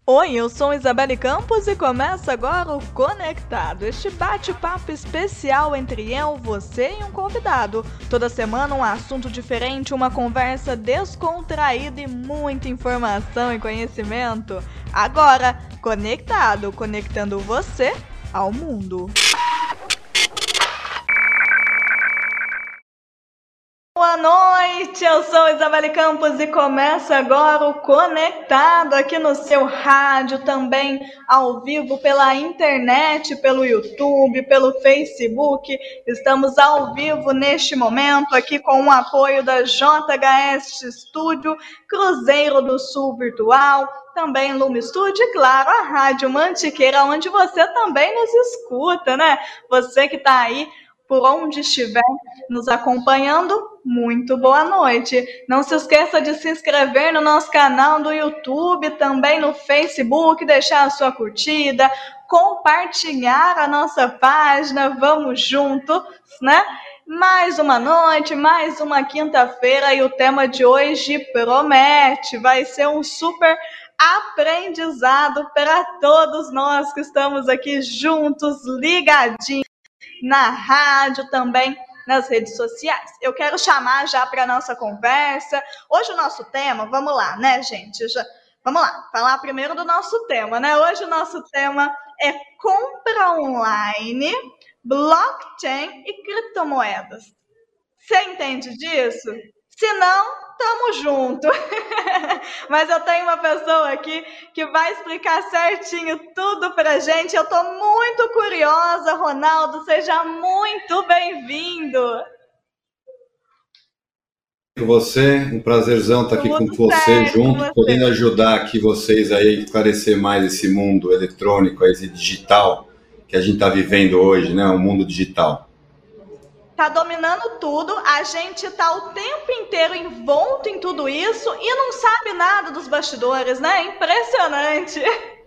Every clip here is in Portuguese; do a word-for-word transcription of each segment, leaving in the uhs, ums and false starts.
Oi, eu sou Isabelle Campos e começa agora o Conectado, este bate-papo especial entre eu, você e um convidado. Toda semana um assunto diferente, uma conversa descontraída e muita informação e conhecimento. Agora, Conectado, conectando você ao mundo. Boa noite, eu sou Isabelle Campos e começa agora o Conectado aqui no seu rádio, também ao vivo pela internet, pelo YouTube, pelo Facebook. Estamos ao vivo neste momento aqui com o apoio da J H S Studio, Cruzeiro do Sul Virtual, também Lume Studio e, claro, a Rádio Mantiqueira, onde você também nos escuta, né? Você que está aí por onde estiver nos acompanhando, muito boa noite. Não se esqueça de se inscrever no nosso canal do YouTube, também no Facebook, deixar a sua curtida, compartilhar a nossa página, vamos juntos, né? Mais uma noite, mais uma quinta-feira e o tema de hoje promete, vai ser um super aprendizado para todos nós que estamos aqui juntos, ligadinhos na rádio, também nas redes sociais. Eu quero chamar já para a nossa conversa. Hoje o nosso tema, vamos lá, né, gente? Já, vamos lá, falar primeiro do nosso tema, né? Hoje o nosso tema é compra online, blockchain e criptomoedas. Você entende disso? Se não, tamo junto. Mas eu tenho uma pessoa aqui que vai explicar certinho tudo pra gente. Eu tô muito curiosa, Ronaldo. Seja muito bem-vindo. Com você, um prazerzão estar aqui com você, junto, você. podendo ajudar aqui vocês aí a esclarecer mais esse mundo eletrônico, esse digital que a gente está vivendo hoje, né? O mundo digital. Tá dominando tudo, a gente tá o tempo inteiro envolto em tudo isso e não sabe nada dos bastidores, né? Impressionante.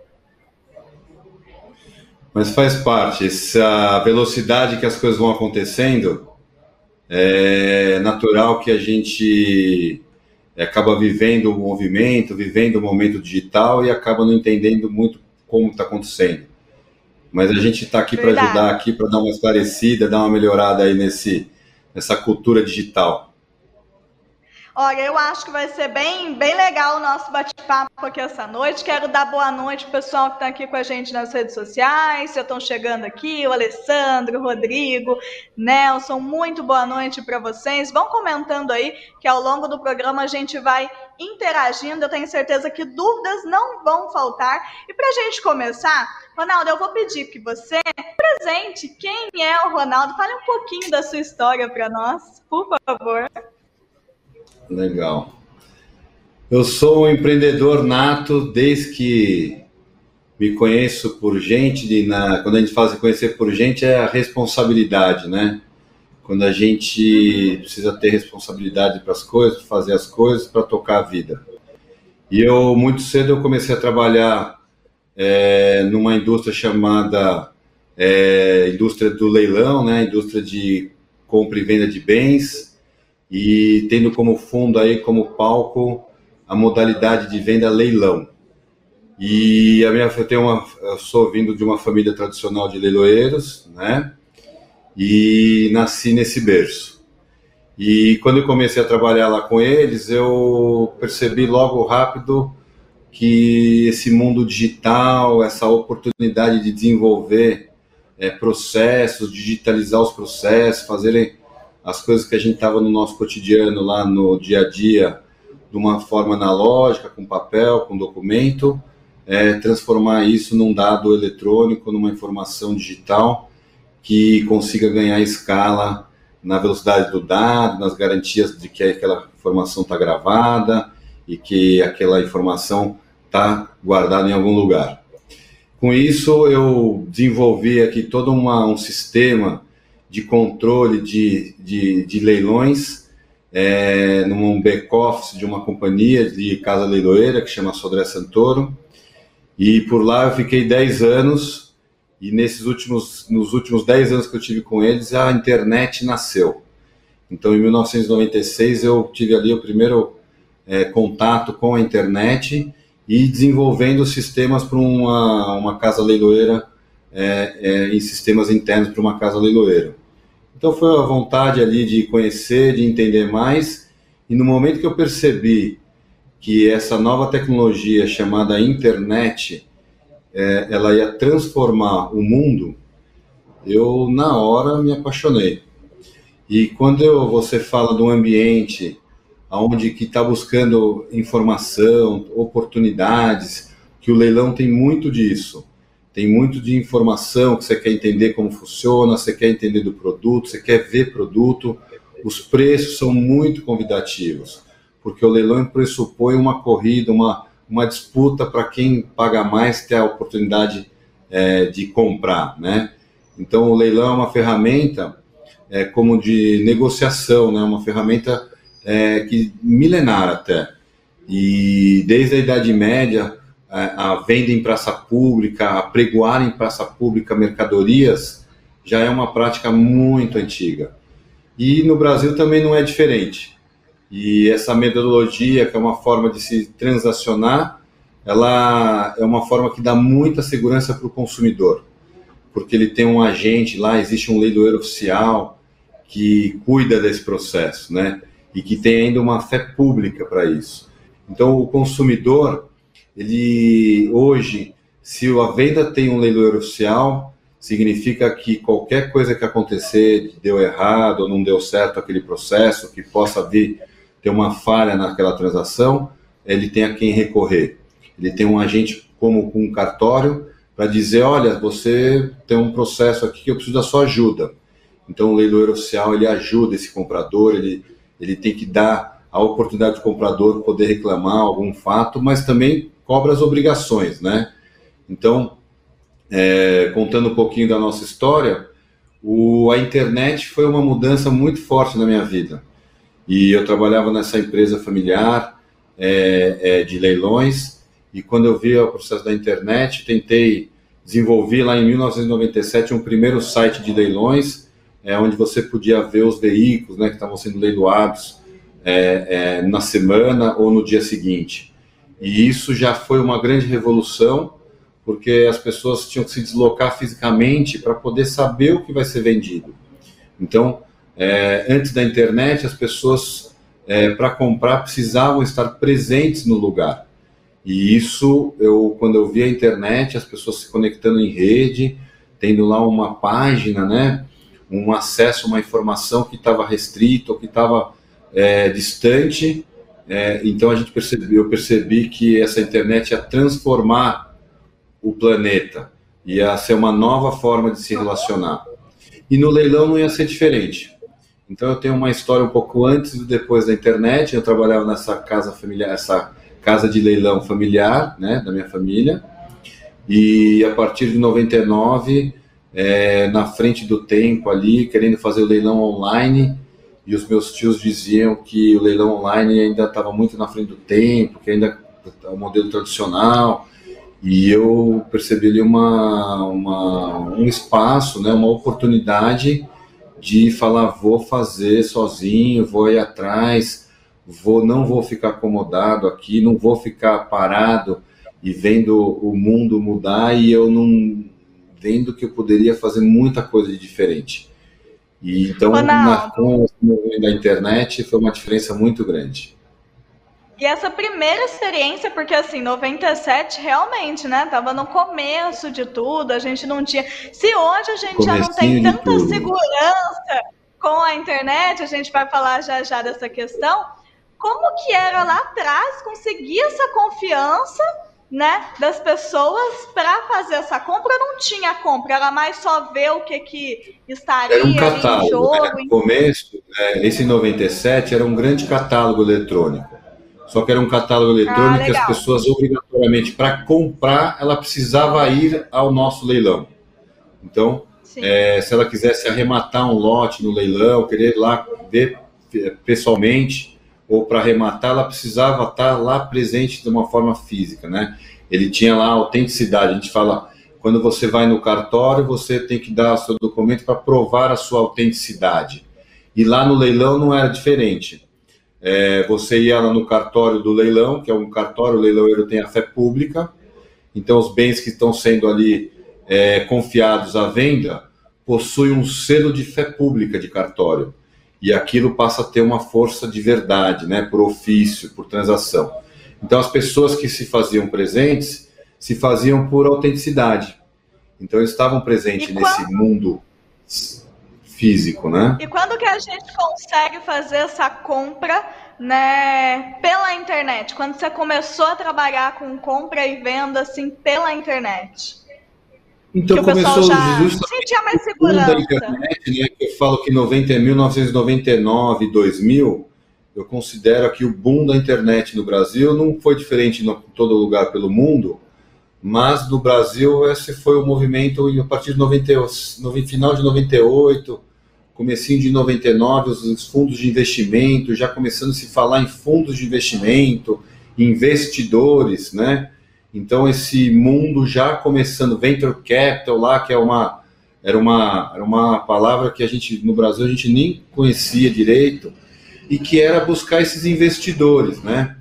Mas faz parte, essa velocidade que as coisas vão acontecendo, é natural que a gente acaba vivendo o movimento, vivendo o momento digital e acaba não entendendo muito como está acontecendo. Mas a gente está aqui para ajudar, aqui para dar uma esclarecida, dar uma melhorada aí nesse, nessa cultura digital. Olha, eu acho que vai ser bem, bem legal o nosso bate-papo aqui essa noite. Quero dar boa noite pro pessoal que está aqui com a gente nas redes sociais. Já estão chegando aqui, o Alessandro, o Rodrigo, Nelson, muito boa noite para vocês. Vão comentando aí, que ao longo do programa a gente vai interagindo. Eu tenho certeza que dúvidas não vão faltar. E para a gente começar, Ronaldo, eu vou pedir que você presente quem é o Ronaldo. Fale um pouquinho da sua história para nós, por favor. Legal. Eu sou um empreendedor nato desde que me conheço por gente. De, na, quando a gente fala de conhecer por gente, é a responsabilidade, né? Quando a gente precisa ter responsabilidade para as coisas, fazer as coisas, para tocar a vida. E eu, muito cedo, eu comecei a trabalhar é, numa indústria chamada é, indústria do leilão, né? Indústria de compra e venda de bens, e tendo como fundo aí, como palco, a modalidade de venda leilão. E a minha, eu, tenho uma, eu sou vindo de uma família tradicional de leiloeiros, né? E nasci nesse berço. E quando eu comecei a trabalhar lá com eles, eu percebi logo rápido que esse mundo digital, essa oportunidade de desenvolver é, processos, digitalizar os processos, fazerem as coisas que a gente estava no nosso cotidiano lá no dia a dia de uma forma analógica, com papel, com documento, é, transformar isso num dado eletrônico, numa informação digital que consiga ganhar escala na velocidade do dado, nas garantias de que aquela informação está gravada e que aquela informação está guardada em algum lugar. Com isso, eu desenvolvi aqui todo uma, um sistema de controle de, de, de leilões, é, num back-office de uma companhia de casa leiloeira que chama Sodré Santoro, e por lá eu fiquei dez anos, e nesses últimos, nos últimos dez anos que eu tive com eles, a internet nasceu. Então, em mil novecentos e noventa e seis, eu tive ali o primeiro é, contato com a internet, e desenvolvendo sistemas para uma, uma casa leiloeira, é, é, em sistemas internos para uma casa leiloeira. Então foi a vontade ali de conhecer, de entender mais, e no momento que eu percebi que essa nova tecnologia chamada internet, é, ela ia transformar o mundo, eu na hora me apaixonei. E quando eu, você fala de um ambiente onde que está buscando informação, oportunidades, que o leilão tem muito disso, tem muito de informação, que você quer entender como funciona, você quer entender do produto, você quer ver produto, os preços são muito convidativos, porque o leilão pressupõe uma corrida, uma, uma disputa para quem paga mais ter a oportunidade é, de comprar, né? Então o leilão é uma ferramenta é, como de negociação, né? Uma ferramenta É, que milenar até, e desde a Idade Média, a, a venda em praça pública, a pregoar em praça pública mercadorias, já é uma prática muito antiga. E no Brasil também não é diferente. E essa metodologia, que é uma forma de se transacionar, ela é uma forma que dá muita segurança para o consumidor, porque ele tem um agente lá, existe um leiloeiro oficial que cuida desse processo, né? E que tem ainda uma fé pública para isso. Então, o consumidor, ele hoje, se a venda tem um leiloeiro oficial, significa que qualquer coisa que acontecer, deu errado ou não deu certo aquele processo, que possa vir ter uma falha naquela transação, ele tem a quem recorrer. Ele tem um agente como um cartório para dizer, olha, você tem um processo aqui que eu preciso da sua ajuda. Então, o leiloeiro oficial, ele ajuda esse comprador, ele ele tem que dar a oportunidade do comprador poder reclamar algum fato, mas também cobra as obrigações, né? Então, é, contando um pouquinho da nossa história, o, a internet foi uma mudança muito forte na minha vida. E eu trabalhava nessa empresa familiar é, é, de leilões, e quando eu vi o processo da internet, tentei desenvolver lá em mil novecentos e noventa e sete um primeiro site de leilões, É, onde você podia ver os veículos, né, que estavam sendo leiloados é, é, na semana ou no dia seguinte. E isso já foi uma grande revolução, porque as pessoas tinham que se deslocar fisicamente para poder saber o que vai ser vendido. Então, é, antes da internet, as pessoas, é, para comprar, precisavam estar presentes no lugar. E isso, eu, quando eu vi a internet, as pessoas se conectando em rede, tendo lá uma página, né, um acesso a uma informação que estava restrito, ou que estava é, distante, é, então a gente percebeu, eu percebi que essa internet ia transformar o planeta, ia ser uma nova forma de se relacionar. E no leilão não ia ser diferente. Então eu tenho uma história um pouco antes e depois da internet. Eu trabalhava nessa casa familiar, essa casa de leilão familiar, né, da minha família, e a partir de noventa e nove... É, na frente do tempo ali, querendo fazer o leilão online, e os meus tios diziam que o leilão online ainda estava muito na frente do tempo, que ainda é o modelo tradicional, e eu percebi ali uma, uma, um espaço, né, uma oportunidade de falar, vou fazer sozinho, vou ir atrás, vou, não vou ficar acomodado aqui, não vou ficar parado e vendo o mundo mudar e eu não... vendo que eu poderia fazer muita coisa de diferente. E então, na, com o movimento da internet, foi uma diferença muito grande. E essa primeira experiência, porque assim, noventa e sete realmente, né, tava no começo de tudo, a gente não tinha... Se hoje a gente Comecinho já não tem tanta segurança com a internet, a gente vai falar já já dessa questão, como que era lá atrás conseguir essa confiança, né, das pessoas para fazer essa compra? Não tinha compra, era mais só ver o que que estaria era um catálogo, em jogo. Né? No começo, é, esse noventa e sete era um grande catálogo eletrônico. Só que era um catálogo eletrônico ah, que as pessoas, obrigatoriamente, para comprar, ela precisava ir ao nosso leilão. Então, é, se ela quisesse arrematar um lote no leilão, querer ir lá ver pessoalmente, ou para arrematar, ela precisava estar lá presente de uma forma física, né? Ele tinha lá a autenticidade. A gente fala, quando você vai no cartório, você tem que dar o seu documento para provar a sua autenticidade. E lá no leilão não era diferente. É, você ia lá no cartório do leilão, que é um cartório, o leiloeiro tem a fé pública, então os bens que estão sendo ali é, confiados à venda possuem um selo de fé pública de cartório, e aquilo passa a ter uma força de verdade, né, por ofício, por transação. Então as pessoas que se faziam presentes, se faziam por autenticidade. Então eles estavam presentes E nesse quando- mundo físico, né? E quando que a gente consegue fazer essa compra, né, pela internet? Quando você começou a trabalhar com compra e venda assim pela internet? Então Que o pessoal começou já justamente sentia mais o boom da segurança. internet, né? Que eu falo que noventa, mil novecentos e noventa e nove, dois mil, eu considero que o boom da internet no Brasil não foi diferente em todo lugar pelo mundo, mas no Brasil esse foi o movimento a partir de noventa, no final de noventa e oito, comecinho de noventa e nove, os, os fundos de investimento, já começando a se falar em fundos de investimento, investidores, né? Então esse mundo já começando, venture capital lá, que é uma, era, uma, era uma palavra que a gente, no Brasil, a gente nem conhecia direito, e que era buscar esses investidores, né?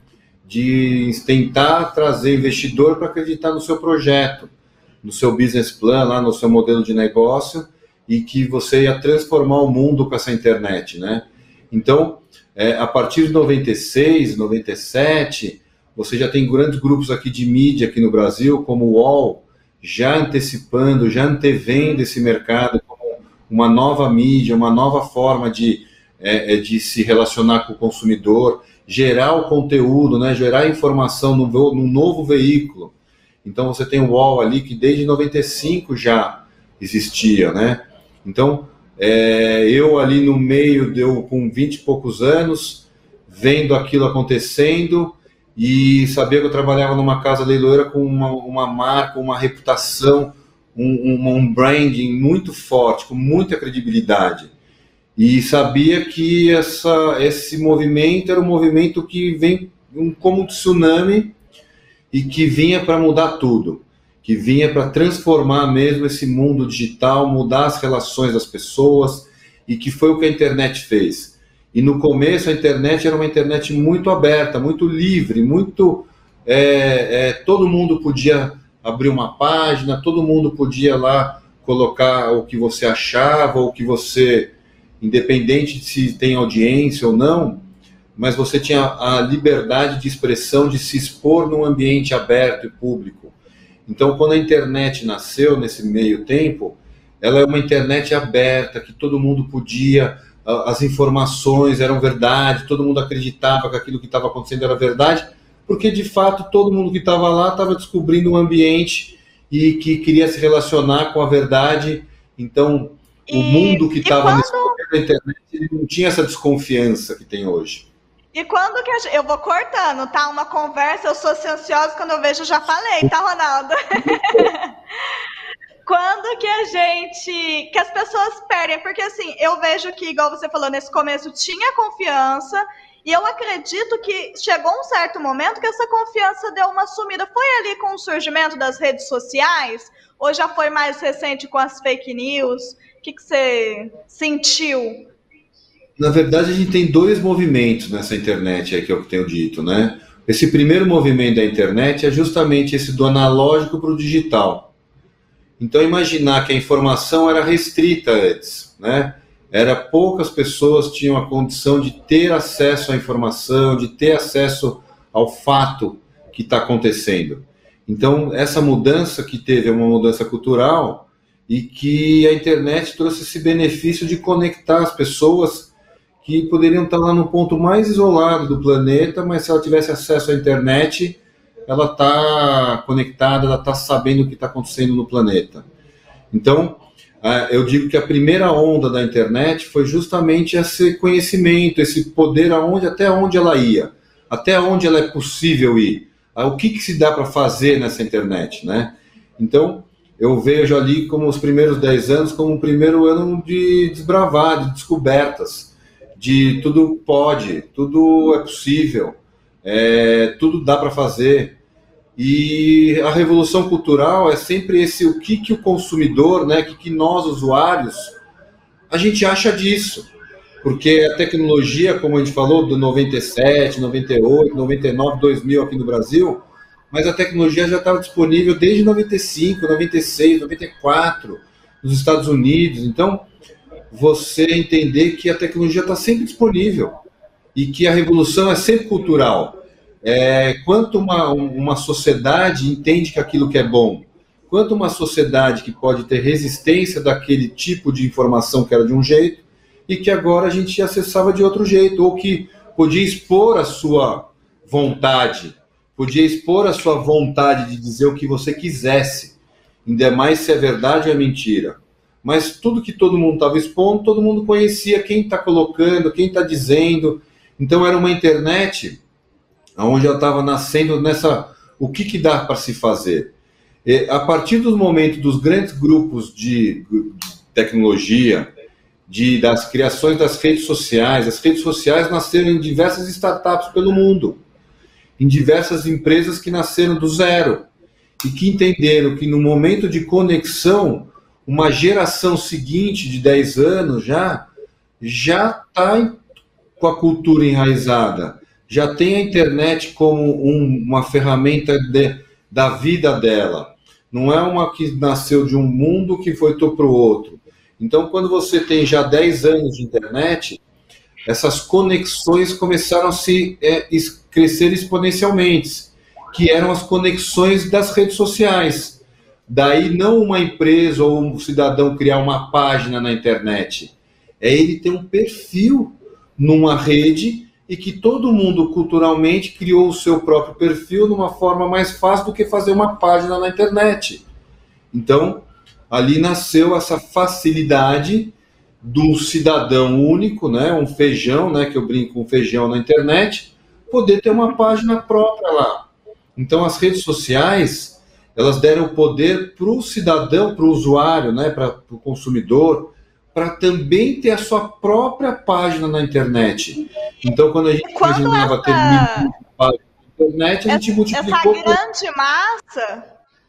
De tentar trazer investidor para acreditar no seu projeto, no seu business plan, lá no seu modelo de negócio, e que você ia transformar o mundo com essa internet, né? Então, é, a partir de noventa e seis, noventa e sete, você já tem grandes grupos aqui de mídia aqui no Brasil, como o U O L, já antecipando, já antevendo esse mercado como uma nova mídia, uma nova forma de, é, de se relacionar com o consumidor, gerar o conteúdo, né, gerar informação num, num novo veículo. Então você tem o U O L ali que desde noventa e cinco já existia, né? Então é, eu ali no meio, deu com vinte e poucos anos, vendo aquilo acontecendo, e sabia que eu trabalhava numa casa leiloeira com uma, uma marca, uma reputação, um, um, um branding muito forte, com muita credibilidade. E sabia que essa, esse movimento era um movimento que vem como um tsunami e que vinha para mudar tudo, que vinha para transformar mesmo esse mundo digital, mudar as relações das pessoas, e que foi o que a internet fez. E no começo a internet era uma internet muito aberta, muito livre, muito é, é, todo mundo podia abrir uma página, todo mundo podia lá colocar o que você achava, o que você, independente de se tem audiência ou não, mas você tinha a liberdade de expressão, de se expor num ambiente aberto e público. Então, quando a internet nasceu nesse meio tempo, ela é uma internet aberta, que todo mundo podia, as informações eram verdade, todo mundo acreditava que aquilo que estava acontecendo era verdade, porque de fato todo mundo que estava lá estava descobrindo um ambiente e que queria se relacionar com a verdade. Então, o E, mundo que e estava quando, nesse momento da internet, ele não tinha essa desconfiança que tem hoje. e quando que a gente, eu vou cortando, tá? Uma conversa, eu sou ansiosa, quando eu vejo, eu já falei, tá, Ronaldo? Quando que a gente, que as pessoas perdem, porque assim, eu vejo que, igual você falou, nesse começo tinha confiança, e eu acredito que chegou um certo momento que essa confiança deu uma sumida. Foi ali com o surgimento das redes sociais, ou já foi mais recente com as fake news? O que, que você sentiu? Na verdade, a gente tem dois movimentos nessa internet aí, que é o que eu tenho dito, né? Esse primeiro movimento da internet é justamente esse do analógico para o digital. Então, imaginar que a informação era restrita antes, né? Era poucas pessoas tinham a condição de ter acesso à informação, de ter acesso ao fato que está acontecendo. Então, essa mudança que teve é uma mudança cultural, e que a internet trouxe esse benefício de conectar as pessoas que poderiam estar lá no ponto mais isolado do planeta, mas se ela tivesse acesso à internet, ela está conectada, ela está sabendo o que está acontecendo no planeta. Então, eu digo que a primeira onda da internet foi justamente esse conhecimento, esse poder aonde, até onde ela ia, até onde ela é possível ir, o que, que se dá para fazer nessa internet, né? Então, eu vejo ali como os primeiros dez anos como o primeiro ano de desbravar, de descobertas, de tudo pode, tudo é possível, é, tudo dá para fazer. E a revolução cultural é sempre esse, o que, que o consumidor, né, o que, que nós, usuários, a gente acha disso. porque a tecnologia, como a gente falou, do noventa e sete, noventa e oito, noventa e nove, dois mil aqui no Brasil, mas a tecnologia já estava disponível desde noventa e cinco, noventa e seis, noventa e quatro, nos Estados Unidos. Então, você entender que a tecnologia está sempre disponível e que a revolução é sempre cultural. É, quanto uma, uma sociedade entende que aquilo que é bom, quanto uma sociedade que pode ter resistência daquele tipo de informação que era de um jeito e que agora a gente acessava de outro jeito, ou que podia expor a sua vontade, podia expor a sua vontade de dizer o que você quisesse, ainda mais se é verdade ou é mentira. Mas tudo que todo mundo estava expondo, todo mundo conhecia quem está colocando, quem está dizendo. Então era uma internet onde ela estava nascendo nessa... O que, que dá para se fazer? E, a partir do momento dos grandes grupos de, de tecnologia, de, das criações das redes sociais, as redes sociais nasceram em diversas startups pelo mundo, em diversas empresas que nasceram do zero e que entenderam que no momento de conexão, uma geração seguinte de dez anos já já está com a cultura enraizada, já tem a internet como um, uma ferramenta de, da vida dela. Não é uma que nasceu de um mundo que foi para o outro. Então, quando você tem já dez anos de internet, essas conexões começaram a se é, crescer exponencialmente, que eram as conexões das redes sociais. Daí não uma empresa ou um cidadão criar uma página na internet, é ele ter um perfil numa rede e que todo mundo culturalmente criou o seu próprio perfil de uma forma mais fácil do que fazer uma página na internet. Então, ali nasceu essa facilidade do cidadão único, né, um feijão, né, que eu brinco, um feijão na internet, poder ter uma página própria lá. Então, as redes sociais, elas deram poder para o cidadão, para o usuário, né, para o consumidor, para também ter a sua própria página na internet. Então, quando a gente quando imaginava essa... ter mil páginas na internet, a gente essa, multiplicou... Essa grande massa,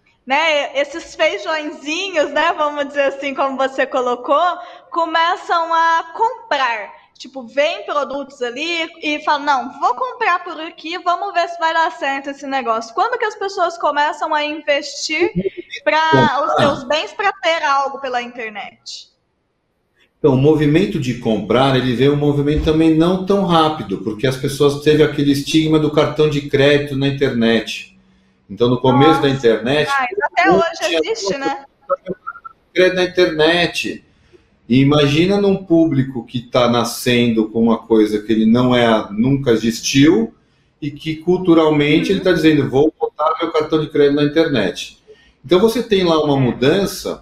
né, esses feijõezinhos, né, vamos dizer assim, como você colocou, começam a comprar. Tipo, vem produtos ali e falam, não, vou comprar por aqui, vamos ver se vai dar certo esse negócio. Quando que as pessoas começam a investir para os seus bens para ter algo pela internet? Então, o movimento de comprar, ele veio um movimento também não tão rápido, porque as pessoas teve aquele estigma do cartão de crédito na internet. Então, no começo Nossa, da internet... Mas até hoje existe, né? Crédito na internet. E imagina num público que está nascendo com uma coisa que ele não é, nunca existiu, e que culturalmente uhum. ele está dizendo, vou botar meu cartão de crédito na internet. Então, você tem lá uma mudança...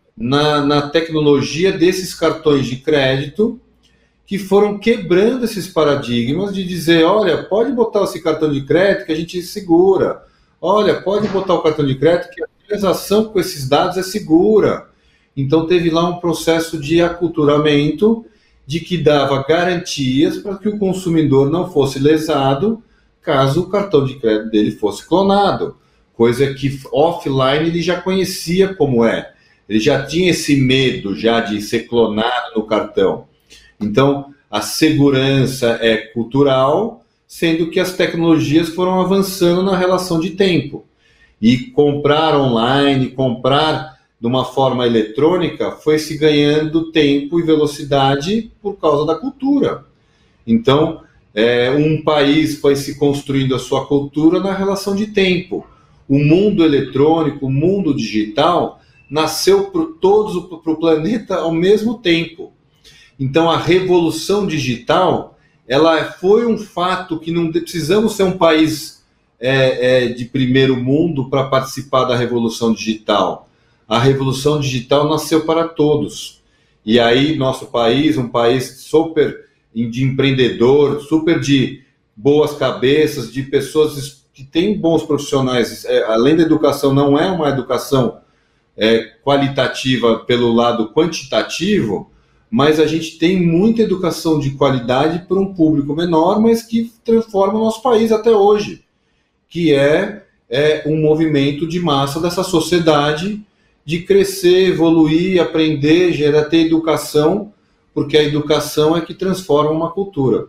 Na, na tecnologia desses cartões de crédito que foram quebrando esses paradigmas de dizer, olha, pode botar esse cartão de crédito que a gente segura, olha, pode botar o cartão de crédito que a transação com esses dados é segura. Então teve lá um processo de aculturamento de que dava garantias para que o consumidor não fosse lesado caso o cartão de crédito dele fosse clonado, coisa que offline ele já conhecia como é. Ele já tinha esse medo já de ser clonado no cartão. Então, a segurança é cultural, sendo que as tecnologias foram avançando na relação de tempo. E comprar online, comprar de uma forma eletrônica, foi se ganhando tempo e velocidade por causa da cultura. Então, é, um país foi se construindo a sua cultura na relação de tempo. O mundo eletrônico, o mundo digital... nasceu para todos, para o planeta ao mesmo tempo. Então, a revolução digital, ela foi um fato que não precisamos ser um país é, é, de primeiro mundo para participar da revolução digital. A revolução digital nasceu para todos. E aí, nosso país, um país super de empreendedor, super de boas cabeças, de pessoas que têm bons profissionais. É, além da educação, não é uma educação É, qualitativa pelo lado quantitativo, mas a gente tem muita educação de qualidade para um público menor, mas que transforma o nosso país até hoje, que é, é um movimento de massa dessa sociedade de crescer, evoluir, aprender, gerar, ter educação porque a educação é que transforma uma cultura.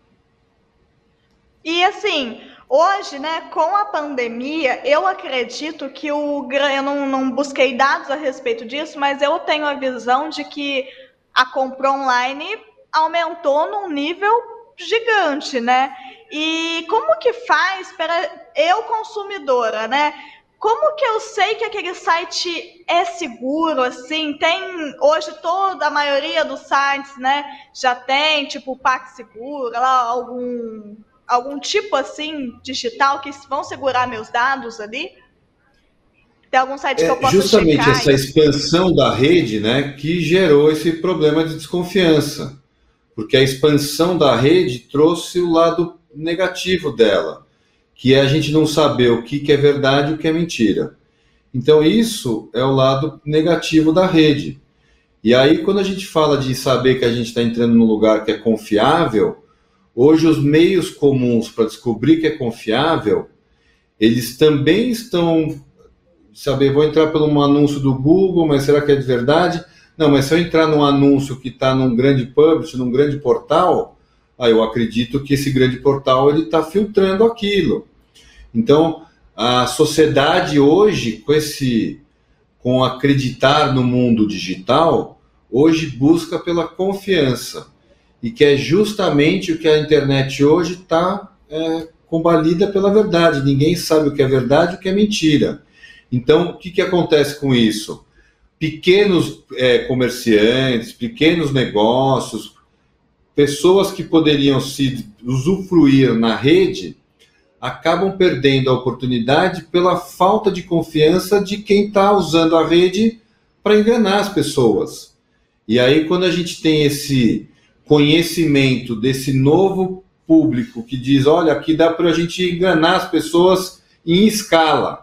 E assim, hoje, né, com a pandemia, eu acredito que o... Eu não, não busquei dados a respeito disso, mas eu tenho a visão de que a compra online aumentou num nível gigante, né? E como que faz para eu, consumidora, né? Como que eu sei que aquele site é seguro, assim? Tem, hoje, toda a maioria dos sites, né, já tem, tipo, o PagSeguro, lá, algum, algum tipo, assim, digital que vão segurar meus dados ali? Tem algum site que eu É possa justamente checar? essa expansão da rede, né, que gerou esse problema de desconfiança, porque a expansão da rede trouxe o lado negativo dela, que é a gente não saber o que é verdade e o que é mentira. Então isso é o lado negativo da rede. E aí quando a gente fala de saber que a gente está entrando num lugar que é confiável, hoje os meios comuns para descobrir que é confiável, eles também estão, saber, vou entrar por um anúncio do Google, mas será que é de verdade? Não, mas se eu entrar num anúncio que está num grande publisher, num grande portal, aí eu acredito que esse grande portal ele está filtrando aquilo. Então, a sociedade hoje, com esse, com acreditar no mundo digital, hoje busca pela confiança, e que é justamente o que a internet hoje está é, combalida pela verdade. Ninguém sabe o que é verdade e o que é mentira. Então, o que, que acontece com isso? Pequenos é, comerciantes, pequenos negócios, pessoas que poderiam se usufruir na rede, acabam perdendo a oportunidade pela falta de confiança de quem está usando a rede para enganar as pessoas. E aí, quando a gente tem esse conhecimento desse novo público que diz, olha, aqui dá para a gente enganar as pessoas em escala,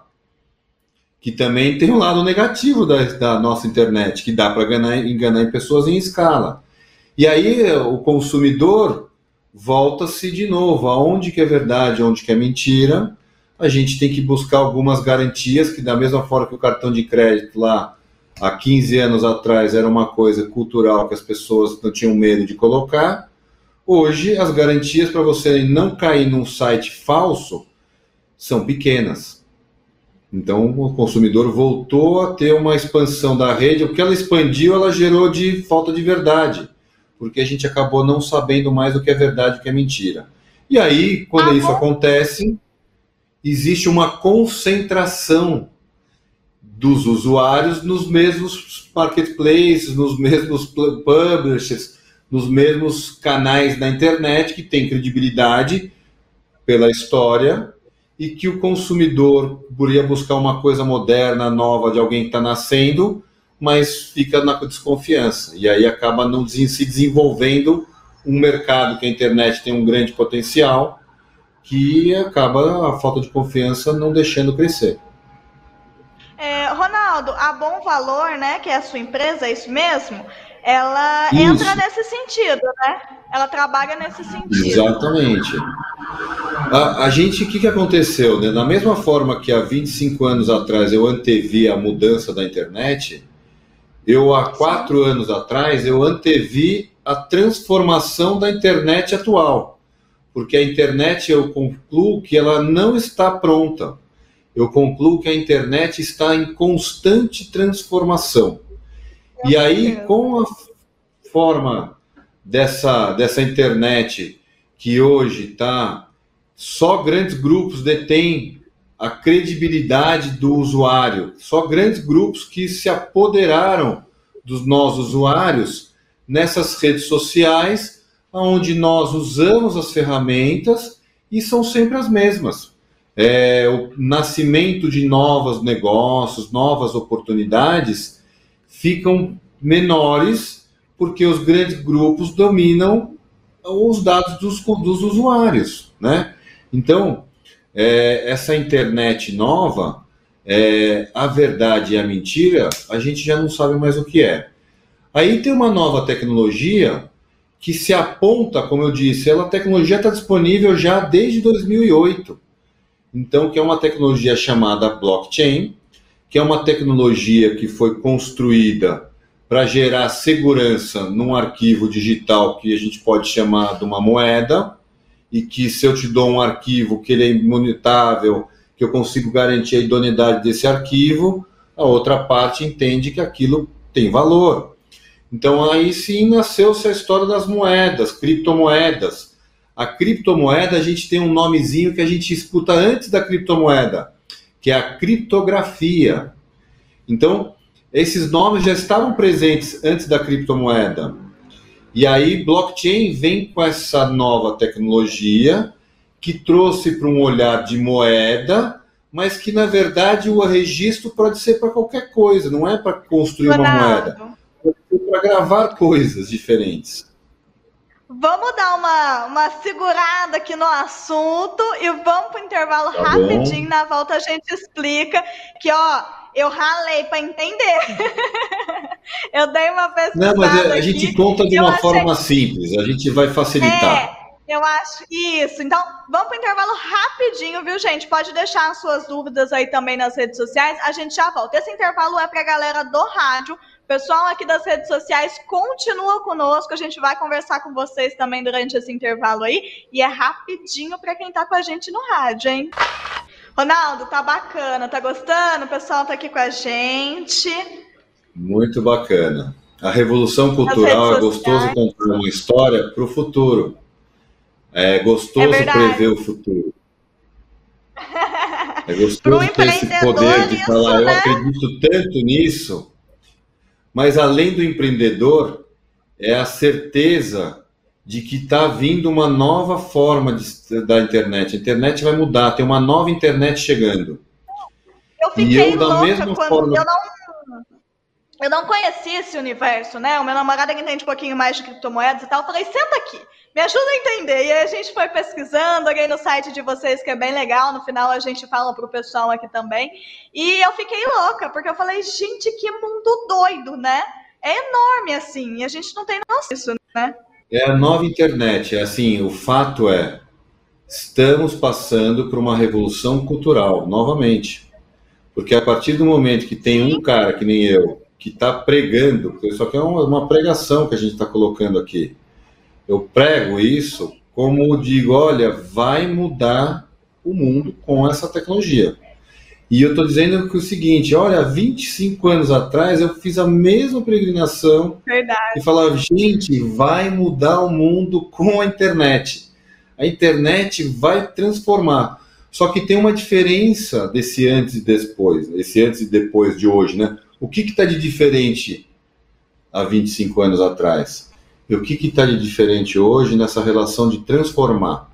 que também tem um lado negativo da, da nossa internet, que dá para enganar, enganar pessoas em escala. E aí o consumidor volta-se de novo, aonde que é verdade, aonde que é mentira. A gente tem que buscar algumas garantias, que da mesma forma que o cartão de crédito lá, há quinze anos atrás, era uma coisa cultural que as pessoas não tinham medo de colocar, hoje as garantias para você não cair num site falso são pequenas. Então, o consumidor voltou a ter uma expansão da rede. O que ela expandiu, ela gerou de falta de verdade, porque a gente acabou não sabendo mais o que é verdade e o que é mentira. E aí, quando ah, isso bom. acontece, existe uma concentração dos usuários nos mesmos marketplaces, nos mesmos publishers, nos mesmos canais da internet que tem credibilidade pela história, e que o consumidor poderia buscar uma coisa moderna, nova, de alguém que está nascendo, mas fica na desconfiança. E aí acaba não se desenvolvendo um mercado que a internet tem um grande potencial, que acaba a falta de confiança não deixando crescer. É, Ronaldo, a Bom Valor, né, que é a sua empresa, é isso mesmo? Ela isso. entra nesse sentido, né? Ela trabalha nesse sentido. Exatamente. A, a gente, o que, que aconteceu, né? Da mesma forma que há vinte e cinco anos atrás eu antevi a mudança da internet, eu há quatro anos atrás eu antevi a transformação da internet atual. Porque a internet, eu concluo que ela não está pronta. Eu concluo que a internet está em constante transformação. E aí, com a forma dessa, dessa internet que hoje está, só grandes grupos detêm a credibilidade do usuário, só grandes grupos que se apoderaram dos nós usuários nessas redes sociais, onde nós usamos as ferramentas e são sempre as mesmas. É, o nascimento de novos negócios, novas oportunidades ficam menores porque os grandes grupos dominam os dados dos, dos usuários, né? Então, é, essa internet nova, é, a verdade e a mentira, a gente já não sabe mais o que é. Aí tem uma nova tecnologia que se aponta, como eu disse, ela, a tecnologia está disponível já desde dois mil e oito. Então, que é uma tecnologia chamada blockchain, que é uma tecnologia que foi construída para gerar segurança num arquivo digital que a gente pode chamar de uma moeda, e que se eu te dou um arquivo que ele é imutável, que eu consigo garantir a idoneidade desse arquivo, a outra parte entende que aquilo tem valor. Então aí sim nasceu-se a história das moedas, criptomoedas. A criptomoeda, a gente tem um nomezinho que a gente escuta antes da criptomoeda, que é a criptografia. Então, esses nomes já estavam presentes antes da criptomoeda. E aí, blockchain vem com essa nova tecnologia que trouxe para um olhar de moeda, mas que, na verdade, o registro pode ser para qualquer coisa, não é para construir uma moeda, pode ser para gravar coisas diferentes. Vamos dar uma, uma segurada aqui no assunto e vamos para o intervalo Tá rapidinho. bom. Na volta a gente explica que, ó, eu ralei para entender. Eu dei uma pesquisada. Não, mas a aqui, gente conta de eu uma achei... forma simples, a gente vai facilitar. É, eu acho isso. Então, vamos para o intervalo rapidinho, viu, gente? Pode deixar as suas dúvidas aí também nas redes sociais. A gente já volta. Esse intervalo é para a galera do rádio. O pessoal aqui das redes sociais continua conosco. A gente vai conversar com vocês também durante esse intervalo aí. E é rapidinho para quem tá com a gente no rádio, hein? Ronaldo, tá bacana, tá gostando? O pessoal tá aqui com a gente. Muito bacana. A revolução cultural é gostoso contar uma história para o futuro. É gostoso é prever o futuro. É gostoso ter esse poder de falar, isso, né? Eu acredito tanto nisso. Mas além do empreendedor, é a certeza de que está vindo uma nova forma de, da internet. A internet vai mudar, tem uma nova internet chegando. Eu fiquei eu, louca da mesma quando forma... eu não... Eu não conhecia esse universo, né? O meu namorado ele entende um pouquinho mais de criptomoedas e tal. Eu falei, senta aqui, me ajuda a entender. E aí a gente foi pesquisando, olhei no site de vocês, que é bem legal. No final a gente fala pro pessoal aqui também. E eu fiquei louca, porque eu falei, gente, que mundo doido, né? É enorme, assim, e a gente não tem noção disso, né? É a nova internet. É assim, o fato é, estamos passando por uma revolução cultural, novamente. Porque a partir do momento que tem um cara que nem eu, que está pregando, isso aqui é uma, uma pregação que a gente está colocando aqui. Eu prego isso como digo, olha, vai mudar o mundo com essa tecnologia. E eu estou dizendo que é o seguinte, olha, há vinte e cinco anos atrás eu fiz a mesma peregrinação. Verdade. E falava, gente, vai mudar o mundo com a internet. A internet vai transformar. Só que tem uma diferença desse antes e depois, esse antes e depois de hoje, né? O que está de diferente há vinte e cinco anos atrás? E o que está de diferente hoje nessa relação de transformar?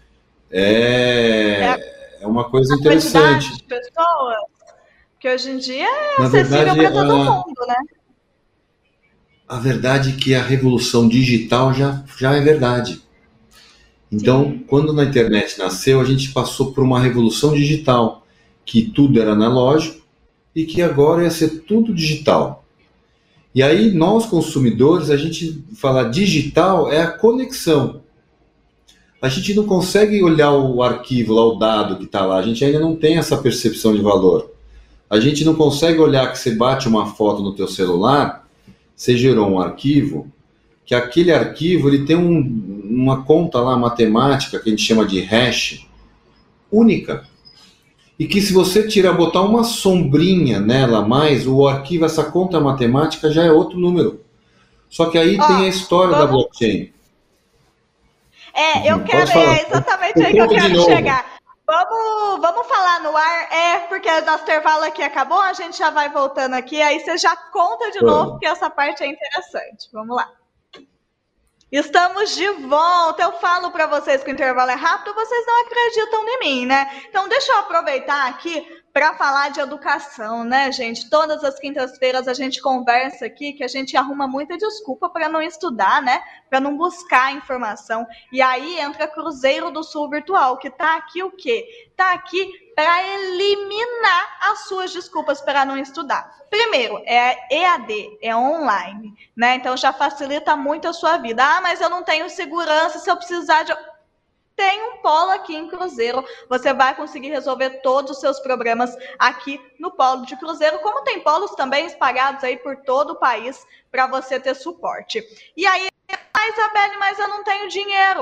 É, é uma coisa interessante. De pessoas que hoje em dia é acessível para todo a, mundo, né? A verdade é que a revolução digital já, já é verdade. Então, Sim. quando na internet nasceu, a gente passou por uma revolução digital, que tudo era analógico, e que agora ia ser tudo digital. E aí, nós consumidores, a gente fala digital é a conexão. A gente não consegue olhar o arquivo lá, o dado que está lá, a gente ainda não tem essa percepção de valor. A gente não consegue olhar que você bate uma foto no teu celular, você gerou um arquivo, que aquele arquivo ele tem um, uma conta lá matemática, que a gente chama de hash, única. E que se você tirar, botar uma sombrinha nela a mais, o arquivo, essa conta matemática já é outro número. Só que aí oh, tem a história vamos... da blockchain. É, eu hum, quero, é exatamente aí que eu quero chegar. Vamos, vamos falar no ar, é, porque o nosso intervalo aqui acabou, a gente já vai voltando aqui, aí você já conta de vamos. novo, porque essa parte é interessante. Vamos lá. Estamos de volta. Eu falo para vocês que o intervalo é rápido, vocês não acreditam em mim, né? Então deixa eu aproveitar aqui para falar de educação, né, gente? Todas as quintas-feiras a gente conversa aqui que a gente arruma muita desculpa para não estudar, né? Para não buscar informação. E aí entra Cruzeiro do Sul Virtual, que tá aqui o quê? Tá aqui para eliminar as suas desculpas para não estudar. Primeiro, é E A D, é online, né? Então já facilita muito a sua vida. Ah, mas eu não tenho segurança se eu precisar de... tem um polo aqui em Cruzeiro. Você vai conseguir resolver todos os seus problemas aqui no polo de Cruzeiro, como tem polos também espalhados aí por todo o país para você ter suporte. E aí, ah, Isabelle, mas eu não tenho dinheiro.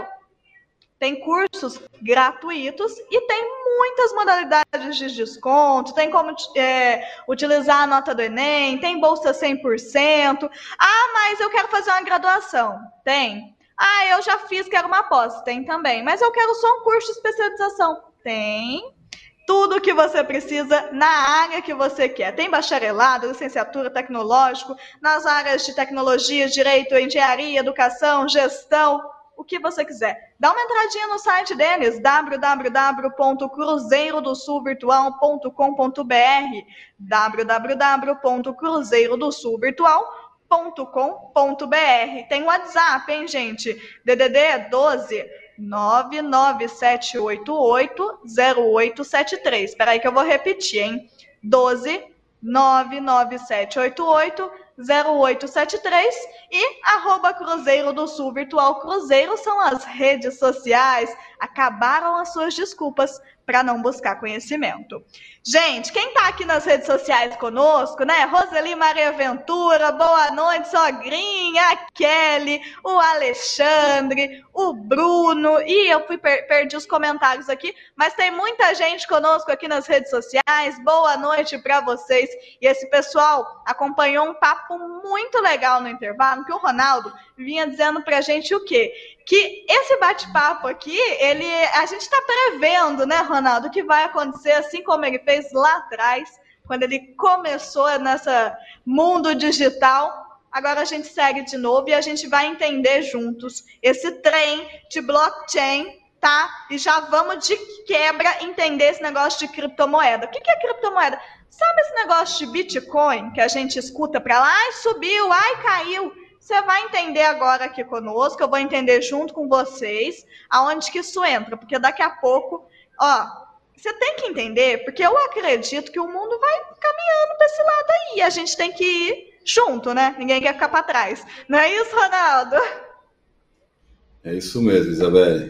Tem cursos gratuitos e tem muitas modalidades de desconto, tem como é, utilizar a nota do Enem, tem bolsa cem por cento. Ah, mas eu quero fazer uma graduação. Tem. Ah, eu já fiz, quero uma pós. Tem também. Mas eu quero só um curso de especialização. Tem. Tudo o que você precisa na área que você quer. Tem bacharelado, licenciatura, tecnológico, nas áreas de tecnologia, direito, engenharia, educação, gestão, o que você quiser. Dá uma entradinha no site deles, w w w ponto cruzeiro do sul virtual ponto com ponto b r, w w w ponto cruzeiro do sul virtual ponto com ponto b r. Tem WhatsApp, hein, gente? D D D doze nove nove sete oito oito zero oito sete três. Espera aí que eu vou repetir, hein? doze nove nove sete oito oito zero oito sete três e arroba Cruzeiro do Sul Virtual Cruzeiro são as redes sociais. Acabaram as suas desculpas para não buscar conhecimento. Gente, quem está aqui nas redes sociais conosco, né? Roseli Maria Ventura, boa noite, sogrinha, a Kelly, o Alexandre, o Bruno, e eu fui per perdi os comentários aqui, mas tem muita gente conosco aqui nas redes sociais. Boa noite para vocês. E esse pessoal acompanhou um papo muito legal no intervalo, que o Ronaldo vinha dizendo pra gente o quê? Que esse bate-papo aqui, ele, a gente está prevendo, né, Ronaldo, que vai acontecer assim como ele fez lá atrás, quando ele começou nessa mundo digital. Agora a gente segue de novo e a gente vai entender juntos esse trem de blockchain, tá? E já vamos de quebra entender esse negócio de criptomoeda. O que é criptomoeda? Sabe esse negócio de Bitcoin que a gente escuta para lá? Ai, subiu, ai, caiu. Você vai entender agora aqui conosco, eu vou entender junto com vocês aonde que isso entra, porque daqui a pouco, ó, você tem que entender, porque eu acredito que o mundo vai caminhando para esse lado aí, a gente tem que ir junto, né? Ninguém quer ficar para trás. Não é isso, Ronaldo? É isso mesmo, Isabelle.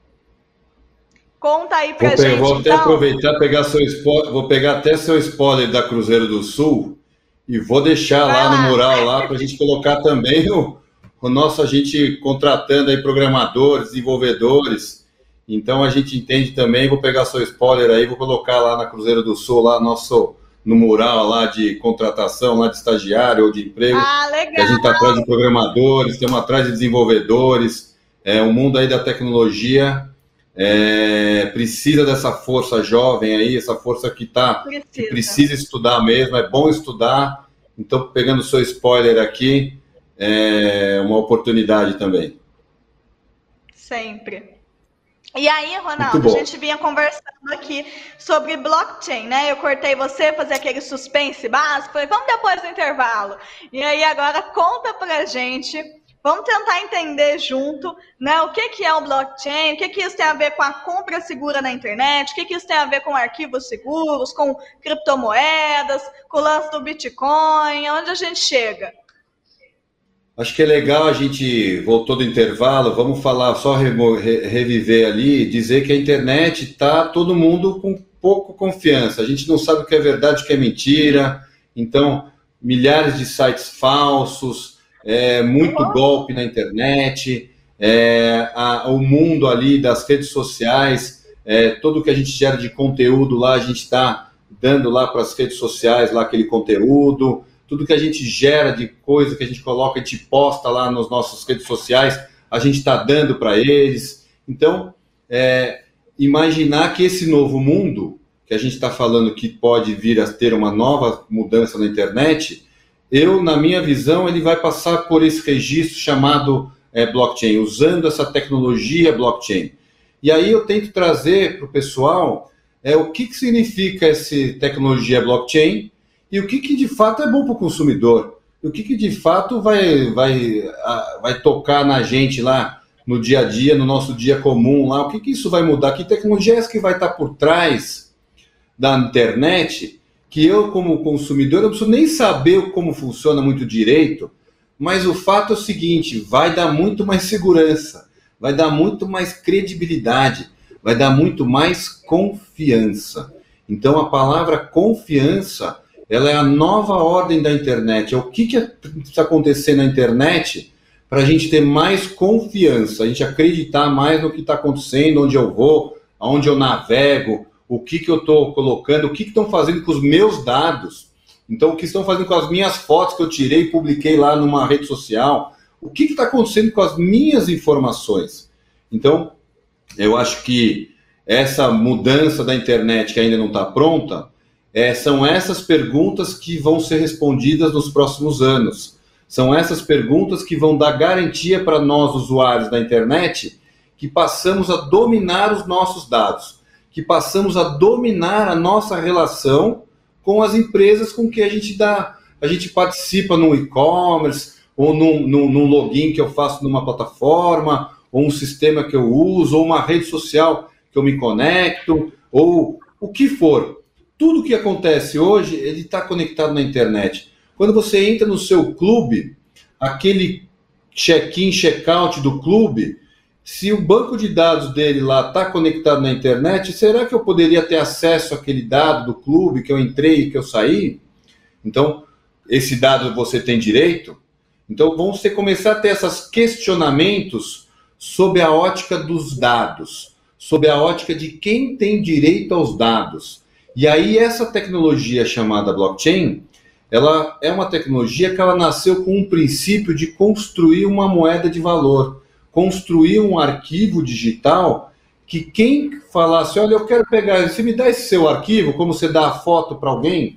Conta aí pra vou gente, Vou até então. aproveitar, pegar seu spoiler, vou pegar até seu spoiler da Cruzeiro do Sul e vou deixar lá, lá no mural lá para a gente colocar também o, o nosso, a gente contratando aí programadores, desenvolvedores. Então a gente entende também, vou pegar seu spoiler aí, vou colocar lá na Cruzeiro do Sul, lá nosso, no mural lá de contratação, lá de estagiário ou de emprego. Ah, legal. Que a gente está atrás de programadores, estamos atrás de desenvolvedores, é, o mundo aí da tecnologia é, precisa dessa força jovem aí, essa força que, tá, precisa. que precisa estudar mesmo, é bom estudar. Então, pegando o seu spoiler aqui, é uma oportunidade também. Sempre. E aí, Ronaldo, a gente vinha conversando aqui sobre blockchain, né? Eu cortei você, fazer aquele suspense básico, falei, vamos depois do intervalo. E aí, agora, conta pra gente, vamos tentar entender junto, né? O que, que é o blockchain, o que, que isso tem a ver com a compra segura na internet, o que, que isso tem a ver com arquivos seguros, com criptomoedas, com o lance do Bitcoin, onde a gente chega? Acho que é legal, a gente voltou do intervalo, vamos falar, só re, reviver ali, dizer que a internet está todo mundo com pouco confiança, a gente não sabe o que é verdade, o que é mentira, então milhares de sites falsos, é, muito golpe na internet, é, a, o mundo ali das redes sociais, é, tudo que a gente gera de conteúdo lá, a gente está dando lá para as redes sociais lá aquele conteúdo, tudo que a gente gera de coisa que a gente coloca, a gente posta lá nas nossas redes sociais, a gente está dando para eles. Então, é, imaginar que esse novo mundo, que a gente está falando que pode vir a ter uma nova mudança na internet, eu, na minha visão, ele vai passar por esse registro chamado é, blockchain, usando essa tecnologia blockchain. E aí eu tento trazer para o pessoal é, o que, que significa essa tecnologia blockchain, e o que, que de fato é bom para o consumidor? E o que, que de fato vai, vai, vai tocar na gente lá no dia a dia, no nosso dia comum lá? O que, que isso vai mudar? Que tecnologia é essa que vai estar por trás da internet? Que eu, como consumidor, não preciso nem saber como funciona muito direito, mas o fato é o seguinte, vai dar muito mais segurança, vai dar muito mais credibilidade, vai dar muito mais confiança. Então, a palavra confiança, ela é a nova ordem da internet. É o que, que precisa acontecer na internet para a gente ter mais confiança, a gente acreditar mais no que está acontecendo, onde eu vou, aonde eu navego, o que, que eu estou colocando, o que estão fazendo com os meus dados. Então, o que estão fazendo com as minhas fotos que eu tirei e publiquei lá numa rede social. O que está acontecendo com as minhas informações? Então, eu acho que essa mudança da internet que ainda não está pronta, é, são essas perguntas que vão ser respondidas nos próximos anos. São essas perguntas que vão dar garantia para nós, usuários da internet, que passamos a dominar os nossos dados, que passamos a dominar a nossa relação com as empresas com que a gente dá, a gente participa no e-commerce, ou num, num, num login que eu faço numa plataforma, ou um sistema que eu uso, ou uma rede social que eu me conecto, ou o que for. Tudo que acontece hoje, ele está conectado na internet. Quando você entra no seu clube, aquele check-in, check-out do clube, se o banco de dados dele lá está conectado na internet, será que eu poderia ter acesso àquele dado do clube que eu entrei e que eu saí? Então, esse dado você tem direito? Então, vão você começar a ter esses questionamentos sob a ótica dos dados, sob a ótica de quem tem direito aos dados. E aí, essa tecnologia chamada blockchain, ela é uma tecnologia que ela nasceu com um princípio de construir uma moeda de valor, construir um arquivo digital que quem falasse, olha, eu quero pegar, você me dá esse seu arquivo, como você dá a foto para alguém?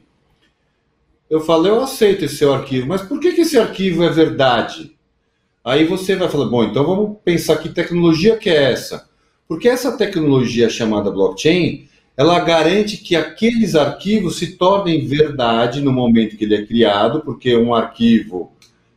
Eu falo, eu aceito esse seu arquivo, mas por que, que esse arquivo é verdade? Aí você vai falar, bom, então vamos pensar que tecnologia que é essa? Porque essa tecnologia chamada blockchain, ela garante que aqueles arquivos se tornem verdade no momento que ele é criado, porque um arquivo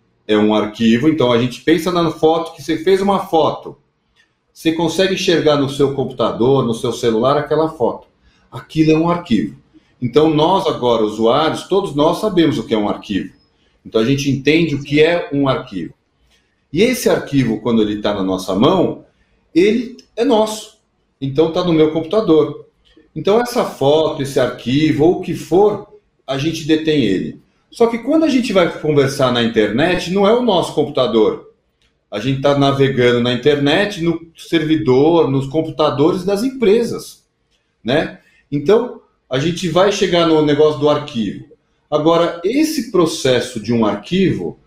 é um arquivo, então a gente pensa na foto, que você fez uma foto, você consegue enxergar no seu computador, no seu celular, aquela foto. Aquilo é um arquivo. Então nós agora, usuários, todos nós sabemos o que é um arquivo. Então a gente entende o que é um arquivo. E esse arquivo, quando ele está na nossa mão, ele é nosso. Então está no meu computador. Então essa foto, esse arquivo, ou o que for, a gente detém ele. Só que quando a gente vai conversar na internet, não é o nosso computador. A gente está navegando na internet, no servidor, nos computadores das empresas, né? Então, a gente vai chegar no negócio do arquivo. Agora, esse processo de um arquivo,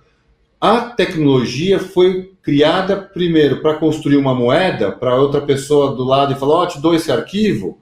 a tecnologia foi criada primeiro para construir uma moeda, para outra pessoa do lado e falar, ó, oh, te dou esse arquivo.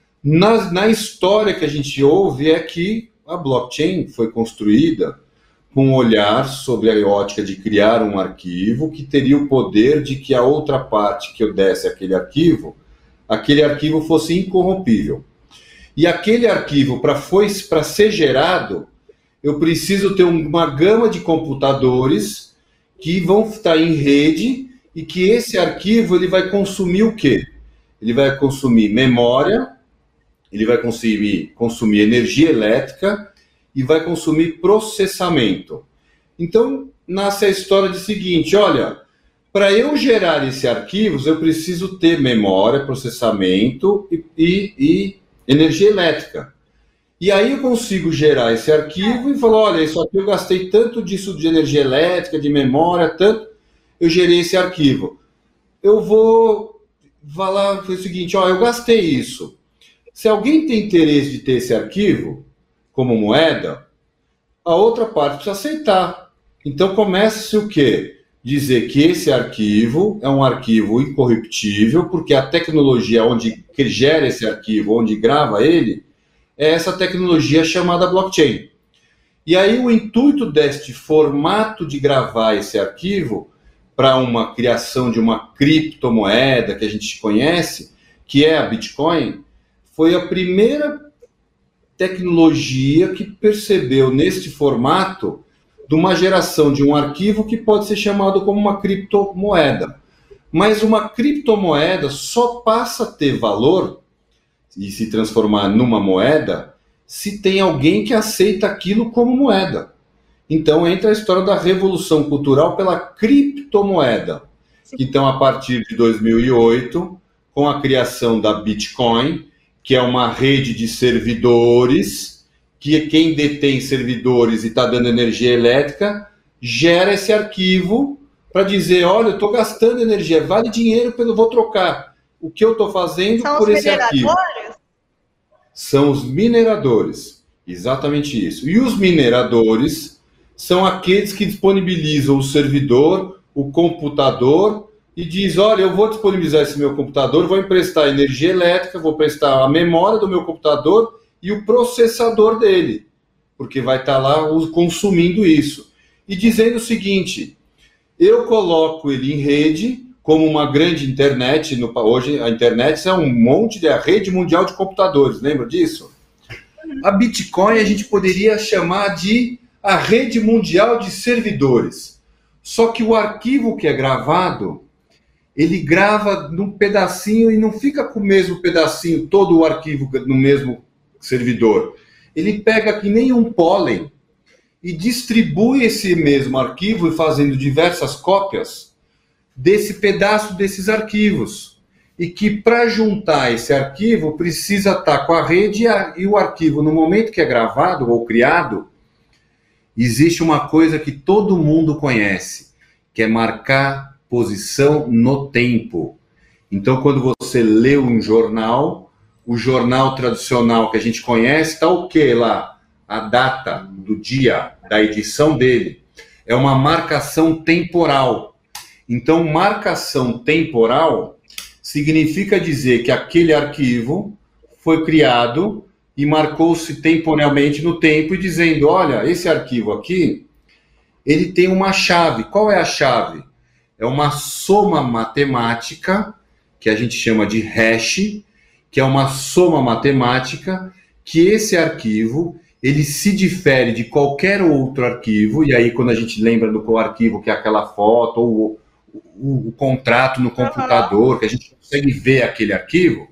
Na, na história que a gente ouve é que a blockchain foi construída com um olhar sobre a ótica de criar um arquivo que teria o poder de que a outra parte que eu desse aquele arquivo, aquele arquivo fosse incorrompível. E aquele arquivo, para ser gerado, eu preciso ter uma gama de computadores que vão estar em rede e que esse arquivo ele vai consumir o quê? Ele vai consumir memória, ele vai consumir, consumir energia elétrica e vai consumir processamento. Então, nasce a história de seguinte, olha, para eu gerar esses arquivos, eu preciso ter memória, processamento e, e, e energia elétrica. E aí eu consigo gerar esse arquivo e falar, olha, isso aqui eu gastei tanto disso de energia elétrica, de memória, tanto, eu gerei esse arquivo. Eu vou falar o seguinte, ó, eu gastei isso. Se alguém tem interesse de ter esse arquivo como moeda, a outra parte precisa aceitar. Então começa-se o quê? Dizer que esse arquivo é um arquivo incorruptível, porque a tecnologia onde gera esse arquivo, onde grava ele, é essa tecnologia chamada blockchain. E aí o intuito deste formato de gravar esse arquivo para uma criação de uma criptomoeda que a gente conhece, que é a Bitcoin, foi a primeira tecnologia que percebeu neste formato de uma geração de um arquivo que pode ser chamado como uma criptomoeda. Mas uma criptomoeda só passa a ter valor e se transformar numa moeda se tem alguém que aceita aquilo como moeda. Então entra a história da revolução cultural pela criptomoeda. Então, a partir de dois mil e oito, com a criação da Bitcoin, que é uma rede de servidores, que quem detém servidores e está dando energia elétrica, gera esse arquivo para dizer, olha, eu estou gastando energia, vale dinheiro, eu vou trocar o que eu estou fazendo São por os esse arquivo. mineradores? São os mineradores, exatamente isso. E os mineradores são aqueles que disponibilizam o servidor, o computador, e diz, olha, eu vou disponibilizar esse meu computador, vou emprestar energia elétrica, vou prestar a memória do meu computador e o processador dele, porque vai estar lá consumindo isso. E dizendo o seguinte, eu coloco ele em rede, como uma grande internet, no, hoje a internet é um monte de a rede mundial de computadores, lembra disso? A Bitcoin a gente poderia chamar de a rede mundial de servidores. Só que o arquivo que é gravado, ele grava num pedacinho e não fica com o mesmo pedacinho, todo o arquivo no mesmo servidor. Ele pega que nem um pólen e distribui esse mesmo arquivo, fazendo diversas cópias desse pedaço desses arquivos. E que para juntar esse arquivo precisa estar com a rede e o arquivo, no momento que é gravado ou criado, existe uma coisa que todo mundo conhece, que é marcar posição no tempo. Então, quando você lê um jornal, o jornal tradicional que a gente conhece, está o quê lá? A data do dia, da edição dele. É uma marcação temporal. Então, marcação temporal significa dizer que aquele arquivo foi criado e marcou-se temporalmente no tempo e dizendo, olha, esse arquivo aqui, ele tem uma chave. Qual é a chave? É uma soma matemática, que a gente chama de hash, que é uma soma matemática, que esse arquivo, ele se difere de qualquer outro arquivo, e aí quando a gente lembra do arquivo, que é aquela foto, ou o, o contrato no computador, que a gente consegue ver aquele arquivo,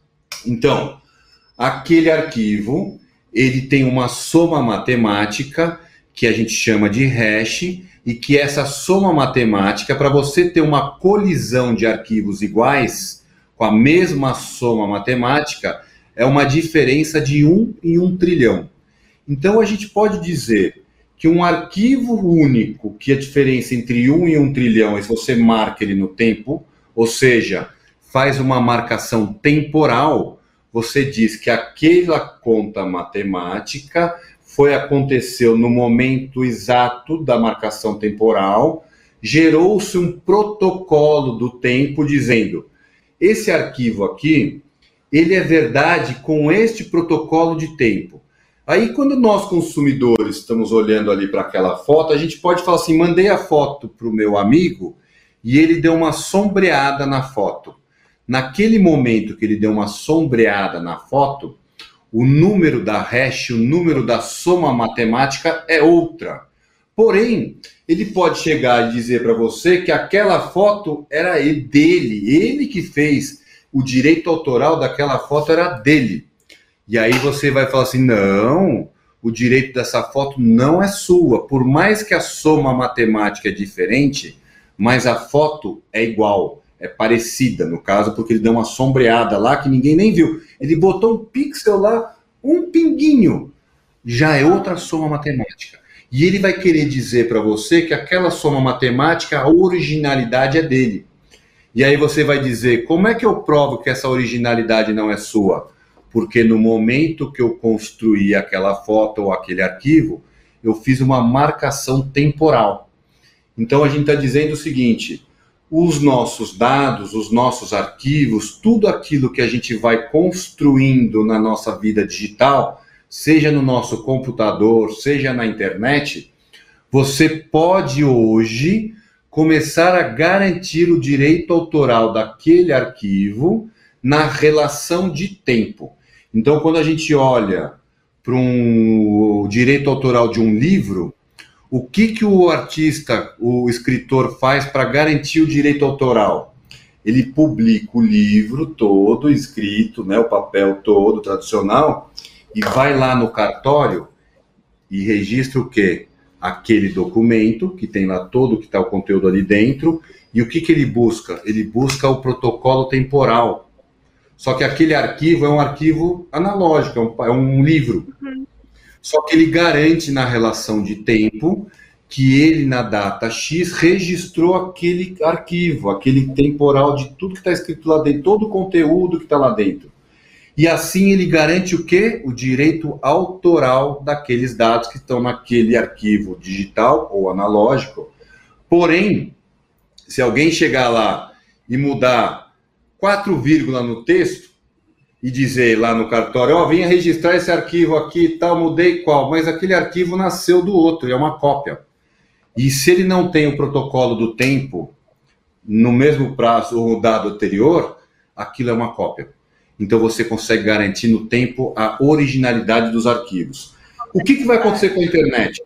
então, aquele arquivo, ele tem uma soma matemática, que a gente chama de hash, e que essa soma matemática, para você ter uma colisão de arquivos iguais, com a mesma soma matemática, é uma diferença de um em um trilhão. Então, a gente pode dizer que um arquivo único, que a diferença entre um e um trilhão, é se você marca ele no tempo, ou seja, faz uma marcação temporal, você diz que aquela conta matemática foi aconteceu no momento exato da marcação temporal, gerou-se um protocolo do tempo dizendo, esse arquivo aqui, ele é verdade com este protocolo de tempo. Aí, quando nós, consumidores, estamos olhando ali para aquela foto, a gente pode falar assim, mandei a foto para o meu amigo e ele deu uma sombreada na foto. Naquele momento que ele deu uma sombreada na foto, o número da hash, o número da soma matemática é outra. Porém, ele pode chegar e dizer para você que aquela foto era dele, ele que fez, o direito autoral daquela foto era dele. E aí você vai falar assim, não, o direito dessa foto não é sua. Por mais que a soma matemática é diferente, mas a foto é igual, é parecida, no caso, porque ele deu uma sombreada lá que ninguém nem viu. Ele botou um pixel lá, um pinguinho, já é outra soma matemática. E ele vai querer dizer para você que aquela soma matemática, a originalidade é dele. E aí você vai dizer, como é que eu provo que essa originalidade não é sua? Porque no momento que eu construí aquela foto ou aquele arquivo, eu fiz uma marcação temporal. Então a gente está dizendo o seguinte, os nossos dados, os nossos arquivos, tudo aquilo que a gente vai construindo na nossa vida digital, seja no nosso computador, seja na internet, você pode hoje começar a garantir o direito autoral daquele arquivo na relação de tempo. Então, quando a gente olha para um direito autoral de um livro, o que, que o artista, o escritor faz para garantir o direito autoral? Ele publica o livro todo escrito, né, o papel todo tradicional, e vai lá no cartório e registra o quê? aquele documento, que tem lá todo o que está o conteúdo ali dentro, e o que, que ele busca? Ele busca o protocolo temporal. Só que aquele arquivo é um arquivo analógico, é um, é um livro. Uhum. Só que ele garante na relação de tempo que ele, na data X, registrou aquele arquivo, aquele temporal de tudo que está escrito lá dentro, todo o conteúdo que está lá dentro. E assim ele garante o quê? O direito autoral daqueles dados que estão naquele arquivo digital ou analógico. Porém, se alguém chegar lá e mudar quatro vírgulas no texto e dizer lá no cartório, ó, oh, venha registrar esse arquivo aqui e tal, mudei qual, mas aquele arquivo nasceu do outro, é uma cópia. E se ele não tem o protocolo do tempo no mesmo prazo ou dado anterior, aquilo é uma cópia. Então você consegue garantir no tempo a originalidade dos arquivos. O que, que vai acontecer com a internet?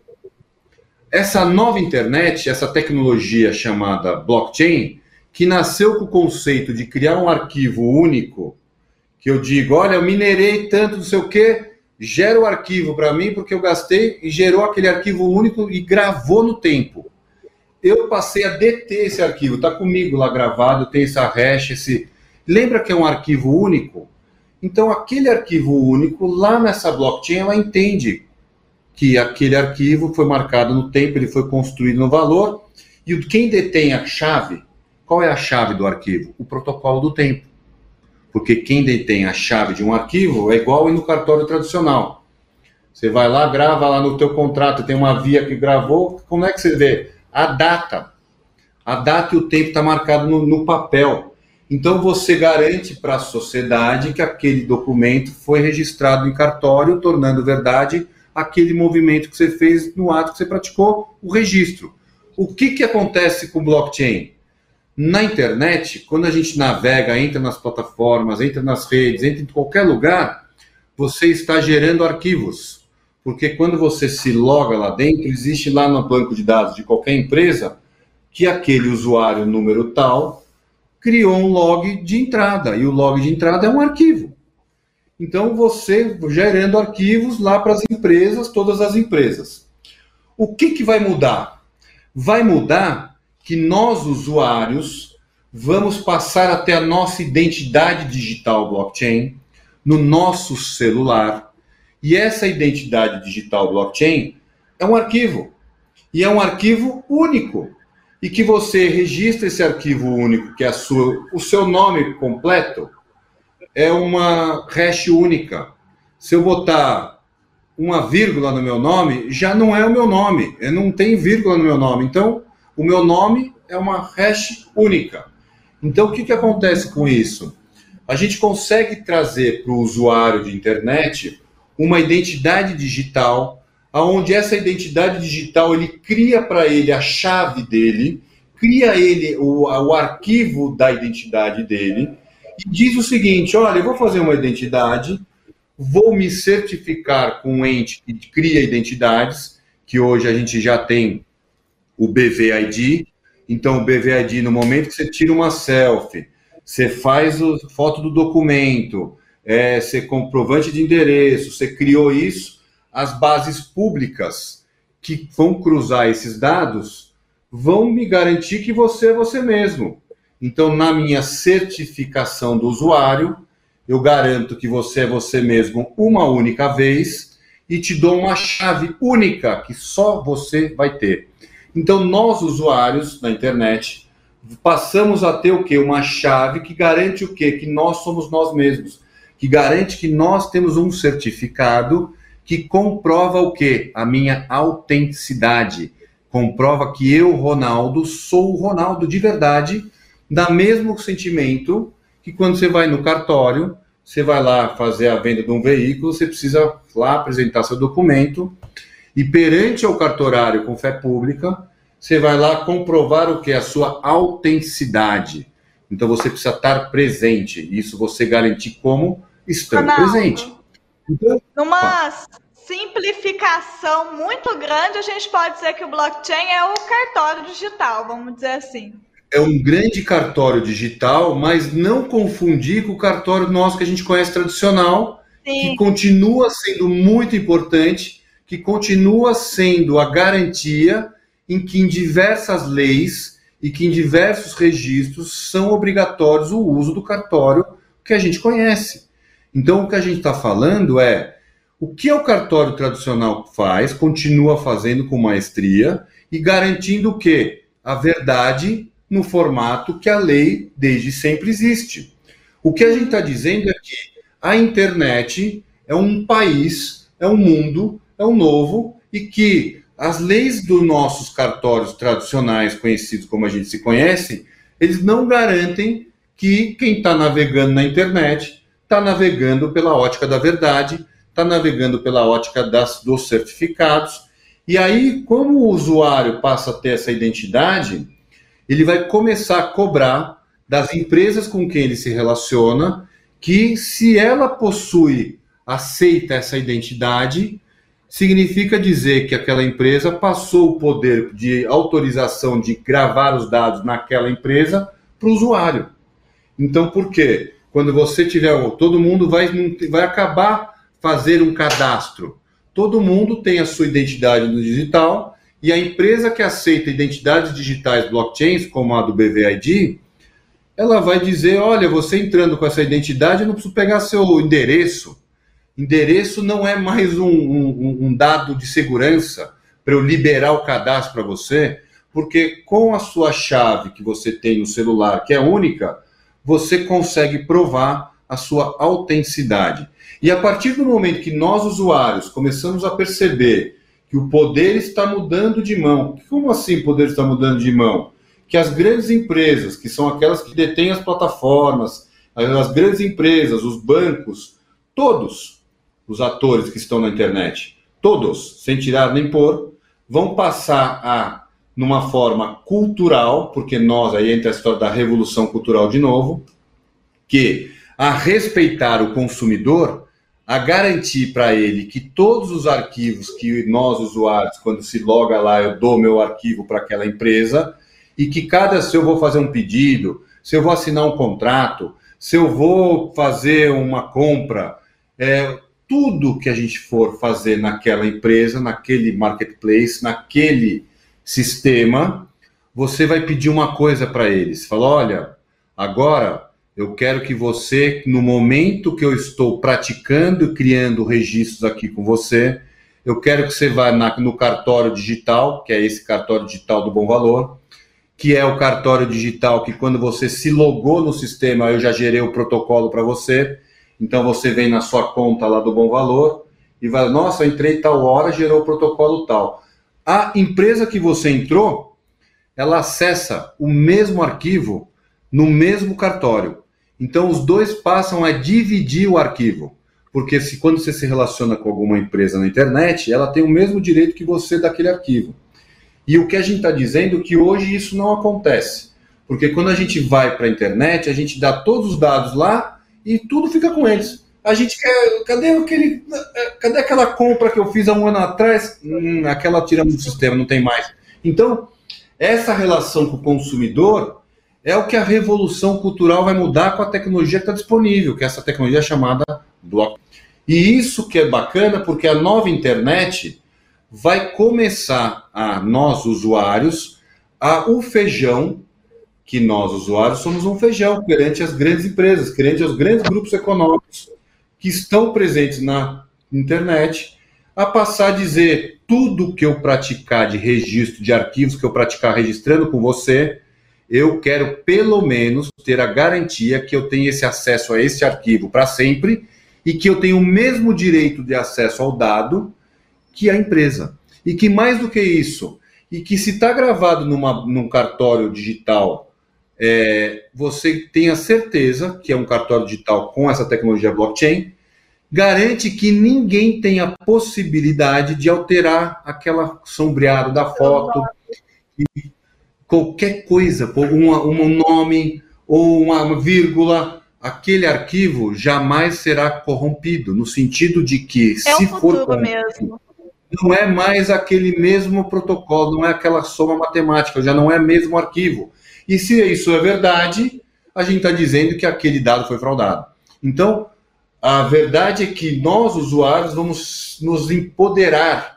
Essa nova internet, essa tecnologia chamada blockchain, que nasceu com o conceito de criar um arquivo único, que eu digo, olha, eu minerei tanto, não sei o quê, gera o arquivo para mim porque eu gastei e gerou aquele arquivo único e gravou no tempo. Eu passei a deter esse arquivo, está comigo lá gravado, tem essa hash, esse... Lembra que é um arquivo único? Então, aquele arquivo único, lá nessa blockchain, ela entende que aquele arquivo foi marcado no tempo, ele foi construído no valor, e quem detém a chave, qual é a chave do arquivo? O protocolo do tempo. Porque quem detém a chave de um arquivo é igual no cartório tradicional. Você vai lá, grava lá no teu contrato, tem uma via que gravou, como é que você vê? A data. A data e o tempo está marcado no, no papel. Então você garante para a sociedade que aquele documento foi registrado em cartório, tornando verdade aquele movimento que você fez no ato que você praticou, o registro. O que, que acontece com o blockchain? Na internet, quando a gente navega, entra nas plataformas, entra nas redes, entra em qualquer lugar, você está gerando arquivos. Porque quando você se loga lá dentro, existe lá no banco de dados de qualquer empresa que aquele usuário número tal criou um log de entrada, e o log de entrada é um arquivo. Então, você gerando arquivos lá para as empresas, todas as empresas. O que, que vai mudar? Vai mudar que nós, usuários, vamos passar até a nossa identidade digital blockchain no nosso celular, e essa identidade digital blockchain é um arquivo, e é um arquivo único. E que você registra esse arquivo único, que é a sua, o seu nome completo, é uma hash única. Se eu botar uma vírgula no meu nome, já não é o meu nome, eu não tem vírgula no meu nome. Então, o meu nome é uma hash única. Então, o que, que acontece com isso? A gente consegue trazer para o usuário de internet uma identidade digital, onde essa identidade digital, ele cria para ele a chave dele, cria ele o, o arquivo da identidade dele, e diz o seguinte, olha, eu vou fazer uma identidade, vou me certificar com um ente que cria identidades, que hoje a gente já tem o B V I D, então o B V I D, no momento que você tira uma selfie, você faz a foto do documento, é, você comprovante de endereço, você criou isso, as bases públicas que vão cruzar esses dados vão me garantir que você é você mesmo. Então, na minha certificação do usuário, eu garanto que você é você mesmo uma única vez e te dou uma chave única que só você vai ter. Então, nós, usuários na internet, passamos a ter o quê? Uma chave que garante o quê? Que nós somos nós mesmos. Que garante que nós temos um certificado que comprova o quê? A minha autenticidade. Comprova que eu, Ronaldo, sou o Ronaldo de verdade, dá mesmo sentimento que quando você vai no cartório, você vai lá fazer a venda de um veículo, você precisa lá apresentar seu documento e perante ao cartorário com fé pública, você vai lá comprovar o que? A sua autenticidade. Então você precisa estar presente. Isso você garantir como estando Ronaldo, presente. Então, numa simplificação muito grande, a gente pode dizer que o blockchain é o cartório digital, vamos dizer assim. É um grande cartório digital, mas não confundir com o cartório nosso que a gente conhece tradicional, Sim. que continua sendo muito importante, que continua sendo a garantia em que em diversas leis e que em diversos registros são obrigatórios o uso do cartório que a gente conhece. Então, o que a gente está falando é o que o cartório tradicional faz, continua fazendo com maestria e garantindo o quê? A verdade no formato que a lei desde sempre existe. O que a gente está dizendo é que a internet é um país, é um mundo, é um novo, e que as leis dos nossos cartórios tradicionais, conhecidos como a gente se conhece, eles não garantem que quem está navegando na internet está navegando pela ótica da verdade, está navegando pela ótica das, dos certificados. E aí, como o usuário passa a ter essa identidade, ele vai começar a cobrar das empresas com quem ele se relaciona que, se ela possui, aceita essa identidade, significa dizer que aquela empresa passou o poder de autorização de gravar os dados naquela empresa para o usuário. Então, por quê? Quando você tiver... Todo mundo vai, vai acabar fazer um cadastro. Todo mundo tem a sua identidade no digital e a empresa que aceita identidades digitais blockchains, como a do B V I D, ela vai dizer, olha, você entrando com essa identidade, eu não preciso pegar seu endereço. Endereço não é mais um, um, um dado de segurança para eu liberar o cadastro para você, porque com a sua chave que você tem no celular, que é única, você consegue provar a sua autenticidade. E a partir do momento que nós, usuários, começamos a perceber que o poder está mudando de mão. Como assim o poder está mudando de mão? Que as grandes empresas, que são aquelas que detêm as plataformas, as grandes empresas, os bancos, todos os atores que estão na internet, todos, sem tirar nem pôr, vão passar a, numa forma cultural, porque nós, aí entra a história da revolução cultural de novo, que a respeitar o consumidor, a garantir para ele que todos os arquivos que nós, usuários, quando se loga lá, eu dou meu arquivo para aquela empresa, e que cada, se eu vou fazer um pedido, se eu vou assinar um contrato, se eu vou fazer uma compra, é, tudo que a gente for fazer naquela empresa, naquele marketplace, naquele sistema, você vai pedir uma coisa para eles. Fala, olha, agora eu quero que você, no momento que eu estou praticando e criando registros aqui com você, eu quero que você vá na, no cartório digital, que é esse cartório digital do Bom Valor, que é o cartório digital que quando você se logou no sistema, eu já gerei o protocolo para você, então você vem na sua conta lá do Bom Valor e vai, nossa, eu entrei tal hora, gerou o protocolo tal. A empresa que você entrou, ela acessa o mesmo arquivo no mesmo cartório. Então, os dois passam a dividir o arquivo, porque se, quando você se relaciona com alguma empresa na internet, ela tem o mesmo direito que você daquele arquivo. E o que a gente está dizendo é que hoje isso não acontece, porque quando a gente vai para a internet, a gente dá todos os dados lá e tudo fica com eles. A gente quer, cadê, aquele, cadê aquela compra que eu fiz há um ano atrás? Hum, aquela tiramos do sistema, não tem mais. Então, essa relação com o consumidor é o que a revolução cultural vai mudar com a tecnologia que está disponível, que é essa tecnologia chamada blockchain. E isso que é bacana, porque a nova internet vai começar a nós, usuários, a o feijão, que nós, usuários, somos um feijão perante as grandes empresas, perante os grandes grupos econômicos que estão presentes na internet, a passar a dizer tudo que eu praticar de registro de arquivos, que eu praticar registrando com você, eu quero pelo menos ter a garantia que eu tenho esse acesso a esse arquivo para sempre e que eu tenho o mesmo direito de acesso ao dado que a empresa. E que mais do que isso, e que se está gravado numa, num cartório digital, é, você tenha certeza que é um cartório digital com essa tecnologia blockchain, garante que ninguém tem a possibilidade de alterar aquela sombreado da foto, e qualquer coisa, um, um nome ou uma vírgula, aquele arquivo jamais será corrompido, no sentido de que, é se o for mesmo. Não é mais aquele mesmo protocolo, não é aquela soma matemática, já não é mesmo arquivo. E se isso é verdade, a gente está dizendo que aquele dado foi fraudado. Então, a verdade é que nós, usuários, vamos nos empoderar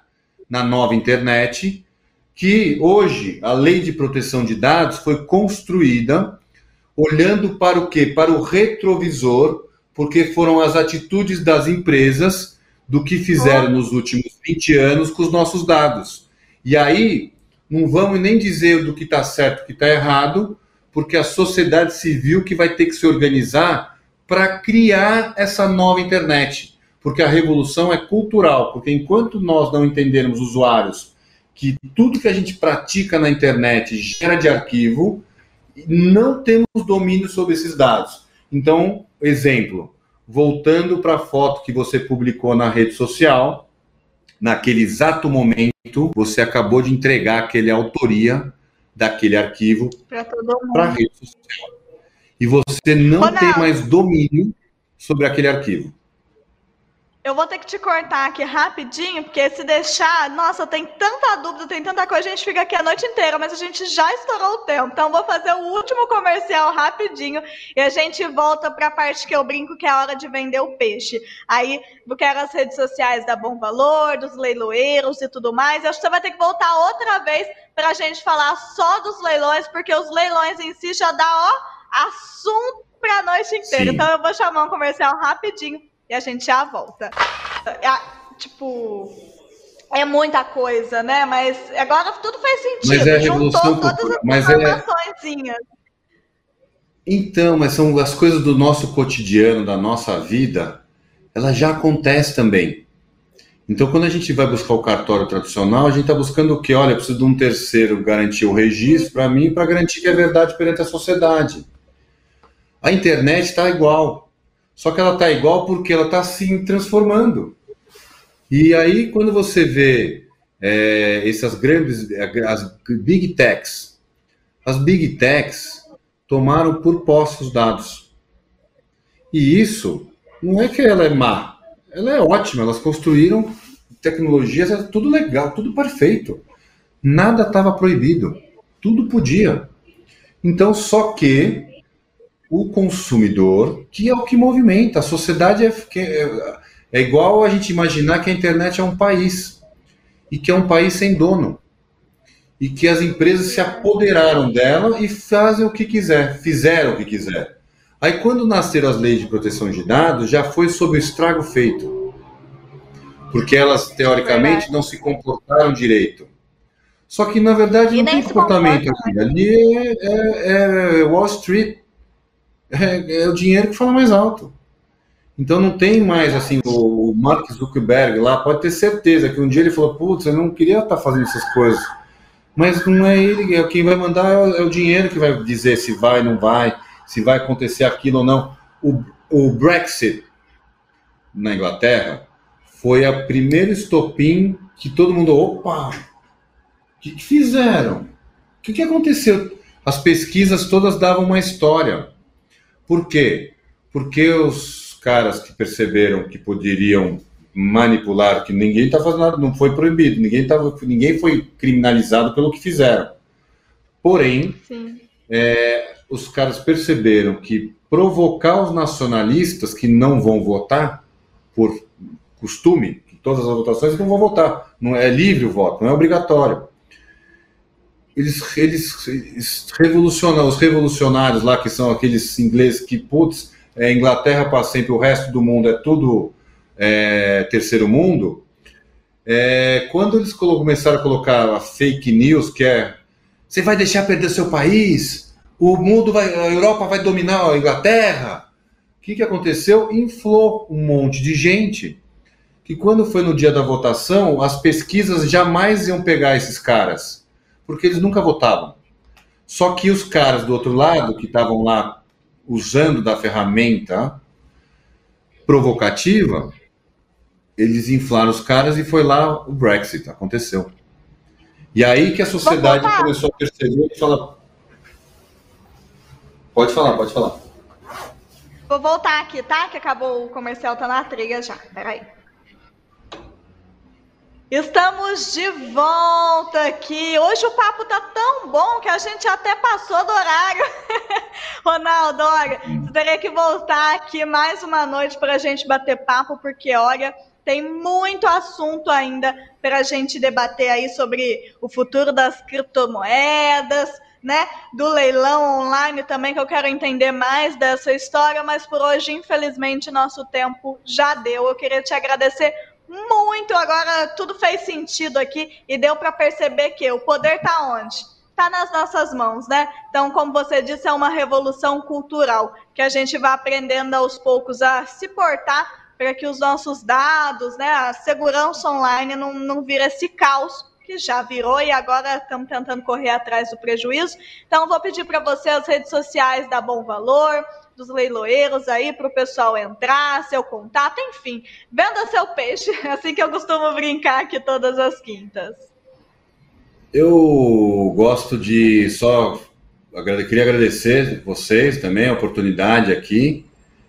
na nova internet, que hoje a lei de proteção de dados foi construída olhando para o quê? Para o retrovisor, porque foram as atitudes das empresas do que fizeram nos últimos vinte anos com os nossos dados. E aí, não vamos nem dizer do que está certo e o que está errado, porque a sociedade civil que vai ter que se organizar para criar essa nova internet. Porque a revolução é cultural, porque enquanto nós não entendermos, usuários, que tudo que a gente pratica na internet gera de arquivo, não temos domínio sobre esses dados. Então, exemplo, voltando para a foto que você publicou na rede social, naquele exato momento, você acabou de entregar aquela autoria daquele arquivo para a rede social. E você não Ronaldo, tem mais domínio sobre aquele arquivo. Eu vou ter que te cortar aqui rapidinho, porque se deixar... Nossa, tem tanta dúvida, tem tanta coisa, a gente fica aqui a noite inteira, mas a gente já estourou o tempo. Então, vou fazer o último comercial rapidinho e a gente volta para a parte que eu brinco, que é a hora de vender o peixe. Aí, eu quero as redes sociais da Bom Valor, dos leiloeiros e tudo mais. Eu acho que você vai ter que voltar outra vez para a gente falar só dos leilões, porque os leilões em si já dá, ó, assunto para a noite inteira. Sim. Então, eu vou chamar um comercial rapidinho e a gente já volta. É, tipo, é muita coisa, né? Mas agora tudo faz sentido. Mas é a Juntou revolução todas as mas informaçõezinhas. É... Então, mas são as coisas do nosso cotidiano, da nossa vida, ela já acontece também. Então, quando a gente vai buscar o cartório tradicional, a gente está buscando o quê? Olha, eu preciso de um terceiro garantir o registro para mim, para garantir que é verdade perante a sociedade. A internet está igual. Só que ela está igual porque ela está se transformando. E aí, quando você vê é, essas grandes, as big techs, as big techs tomaram por posse os dados. E isso não é que ela é má, ela é ótima. Elas construíram tecnologias, é tudo legal, tudo perfeito. Nada estava proibido, tudo podia. Então, só que o consumidor, que é o que movimenta. A sociedade é, é, é igual a gente imaginar que a internet é um país, e que é um país sem dono, e que as empresas se apoderaram dela e fazem o que quiser, fizeram o que quiser. Aí quando nasceram as leis de proteção de dados, já foi sob o estrago feito, porque elas, teoricamente, não se comportaram direito. Só que, na verdade, não tem comportamento aqui. Ali é, é, é Wall Street. É, é o dinheiro que fala mais alto. Então não tem mais assim o Mark Zuckerberg lá, pode ter certeza que um dia ele falou, putz, eu não queria estar fazendo essas coisas. Mas não é ele, é quem vai mandar é o, é o dinheiro que vai dizer se vai, não vai, se vai acontecer aquilo ou não. O, o Brexit na Inglaterra foi a primeira estopim que todo mundo, opa, o que, que fizeram? O que, que aconteceu? As pesquisas todas davam uma história. Por quê? Porque os caras que perceberam que poderiam manipular, que ninguém está fazendo nada, não foi proibido, ninguém, tava, ninguém foi criminalizado pelo que fizeram. Porém, é, os caras perceberam que provocar os nacionalistas que não vão votar, por costume, que todas as votações não vão votar, não é livre o voto, não é obrigatório. Eles, eles, eles revolucionam, os revolucionários lá, que são aqueles ingleses que, putz, é Inglaterra para sempre, o resto do mundo é tudo é, terceiro mundo. É, quando eles começaram a colocar a fake news, que é, você vai deixar perder seu país, o mundo vai, a Europa vai dominar a Inglaterra. O que, que aconteceu? Inflou um monte de gente, que quando foi no dia da votação, as pesquisas jamais iam pegar esses caras, porque eles nunca votavam. Só que os caras do outro lado, que estavam lá usando da ferramenta provocativa, eles inflaram os caras e foi lá o Brexit, aconteceu. E aí que a sociedade começou a perceber e falar... Pode falar, pode falar. Vou voltar aqui, tá? Que acabou o comercial, tá na trilha já. Peraí. Estamos de volta aqui. Hoje o papo tá tão bom que a gente até passou do horário. Ronaldo, olha, você teria que voltar aqui mais uma noite para a gente bater papo, porque, olha, Tem muito assunto ainda para a gente debater aí sobre o futuro das criptomoedas, né? Do leilão online também, que eu quero entender mais dessa história, mas por hoje, infelizmente, nosso tempo já deu. Eu queria te agradecer muito, agora tudo fez sentido aqui e deu para perceber que o poder está onde? Está nas nossas mãos, né? Então, como você disse, é uma revolução cultural, que a gente vai aprendendo aos poucos a se portar para que os nossos dados, né, a segurança online não, não vire esse caos que já virou e agora estamos tentando correr atrás do prejuízo. Então, vou pedir para você as redes sociais da Bom Valor, dos leiloeiros aí, para o pessoal entrar, seu contato, enfim, venda seu peixe, assim que eu costumo brincar aqui todas as quintas. Eu gosto de só, queria agradecer vocês também, a oportunidade aqui.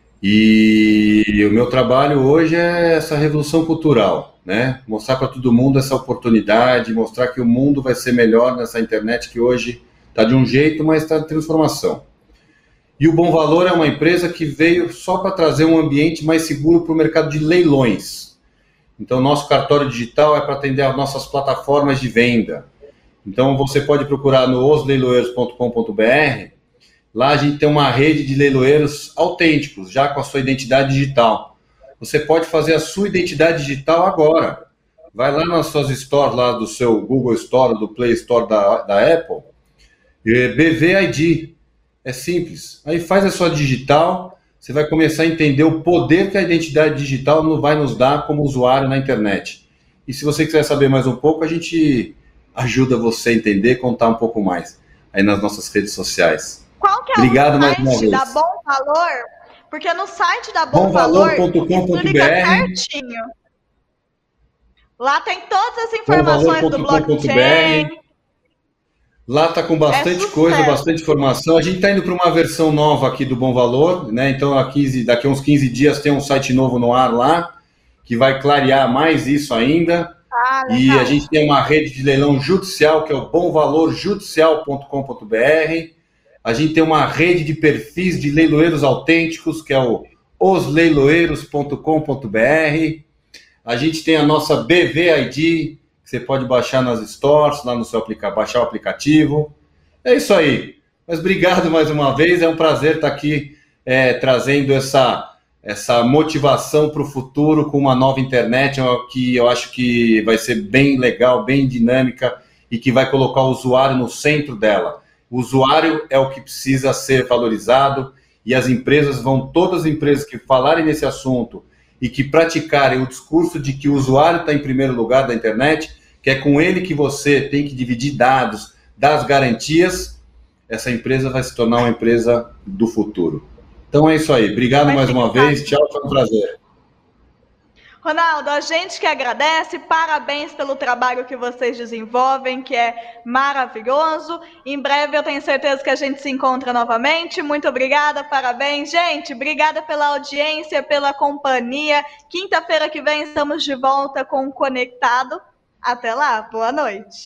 E o meu trabalho hoje é essa revolução cultural, né? Mostrar para todo mundo essa oportunidade, mostrar que o mundo vai ser melhor nessa internet que hoje está de um jeito, mas está em transformação. E o Bom Valor é uma empresa que veio só para trazer um ambiente mais seguro para o mercado de leilões. Então, nosso cartório digital é para atender as nossas plataformas de venda. Então, você pode procurar no os leiloeiros ponto com ponto br. Lá a gente tem uma rede de leiloeiros autênticos, já com a sua identidade digital. Você pode fazer a sua identidade digital agora. Vai lá nas suas stores, lá do seu Google Store, do Play Store da, da Apple, B V I D. É simples. Aí faz a sua digital, você vai começar a entender o poder que a identidade digital vai nos dar como usuário na internet. E se você quiser saber mais um pouco, a gente ajuda você a entender, contar um pouco mais aí nas nossas redes sociais. Qual que é Obrigado o mais uma site vez. da Bom Valor? Porque no site da Bom bom valor Valor ponto com ponto br. certinho. Lá tem todas as informações do blockchain. Lá está com bastante é coisa, bastante informação. A gente está indo para uma versão nova aqui do Bom Valor, né? Então daqui, daqui a uns quinze dias tem um site novo no ar lá, que vai clarear mais isso ainda. Ah, e a gente tem uma rede de leilão judicial, que é o bom valor judicial ponto com ponto br. A gente tem uma rede de perfis de leiloeiros autênticos, que é o os leiloeiros ponto com ponto br. A gente tem a nossa B V I D, que você pode baixar nas stores, lá no seu aplicativo, baixar o aplicativo. É isso aí. Mas obrigado mais uma vez, é um prazer estar aqui é, trazendo essa, essa motivação para o futuro com uma nova internet, que eu acho que vai ser bem legal, bem dinâmica e que vai colocar o usuário no centro dela. O usuário é o que precisa ser valorizado e as empresas vão, todas as empresas que falarem nesse assunto e que praticarem o discurso de que o usuário está em primeiro lugar da internet, que é com ele que você tem que dividir dados, dar as garantias, essa empresa vai se tornar uma empresa do futuro. Então é isso aí. Obrigado mais uma vez. Tchau, foi um prazer. Ronaldo, a gente que agradece, parabéns pelo trabalho que vocês desenvolvem, que é maravilhoso. Em breve eu tenho certeza que a gente se encontra novamente. Muito obrigada, parabéns. Gente, obrigada pela audiência, pela companhia. Quinta-feira que vem estamos de volta com o Conectado. Até lá, boa noite.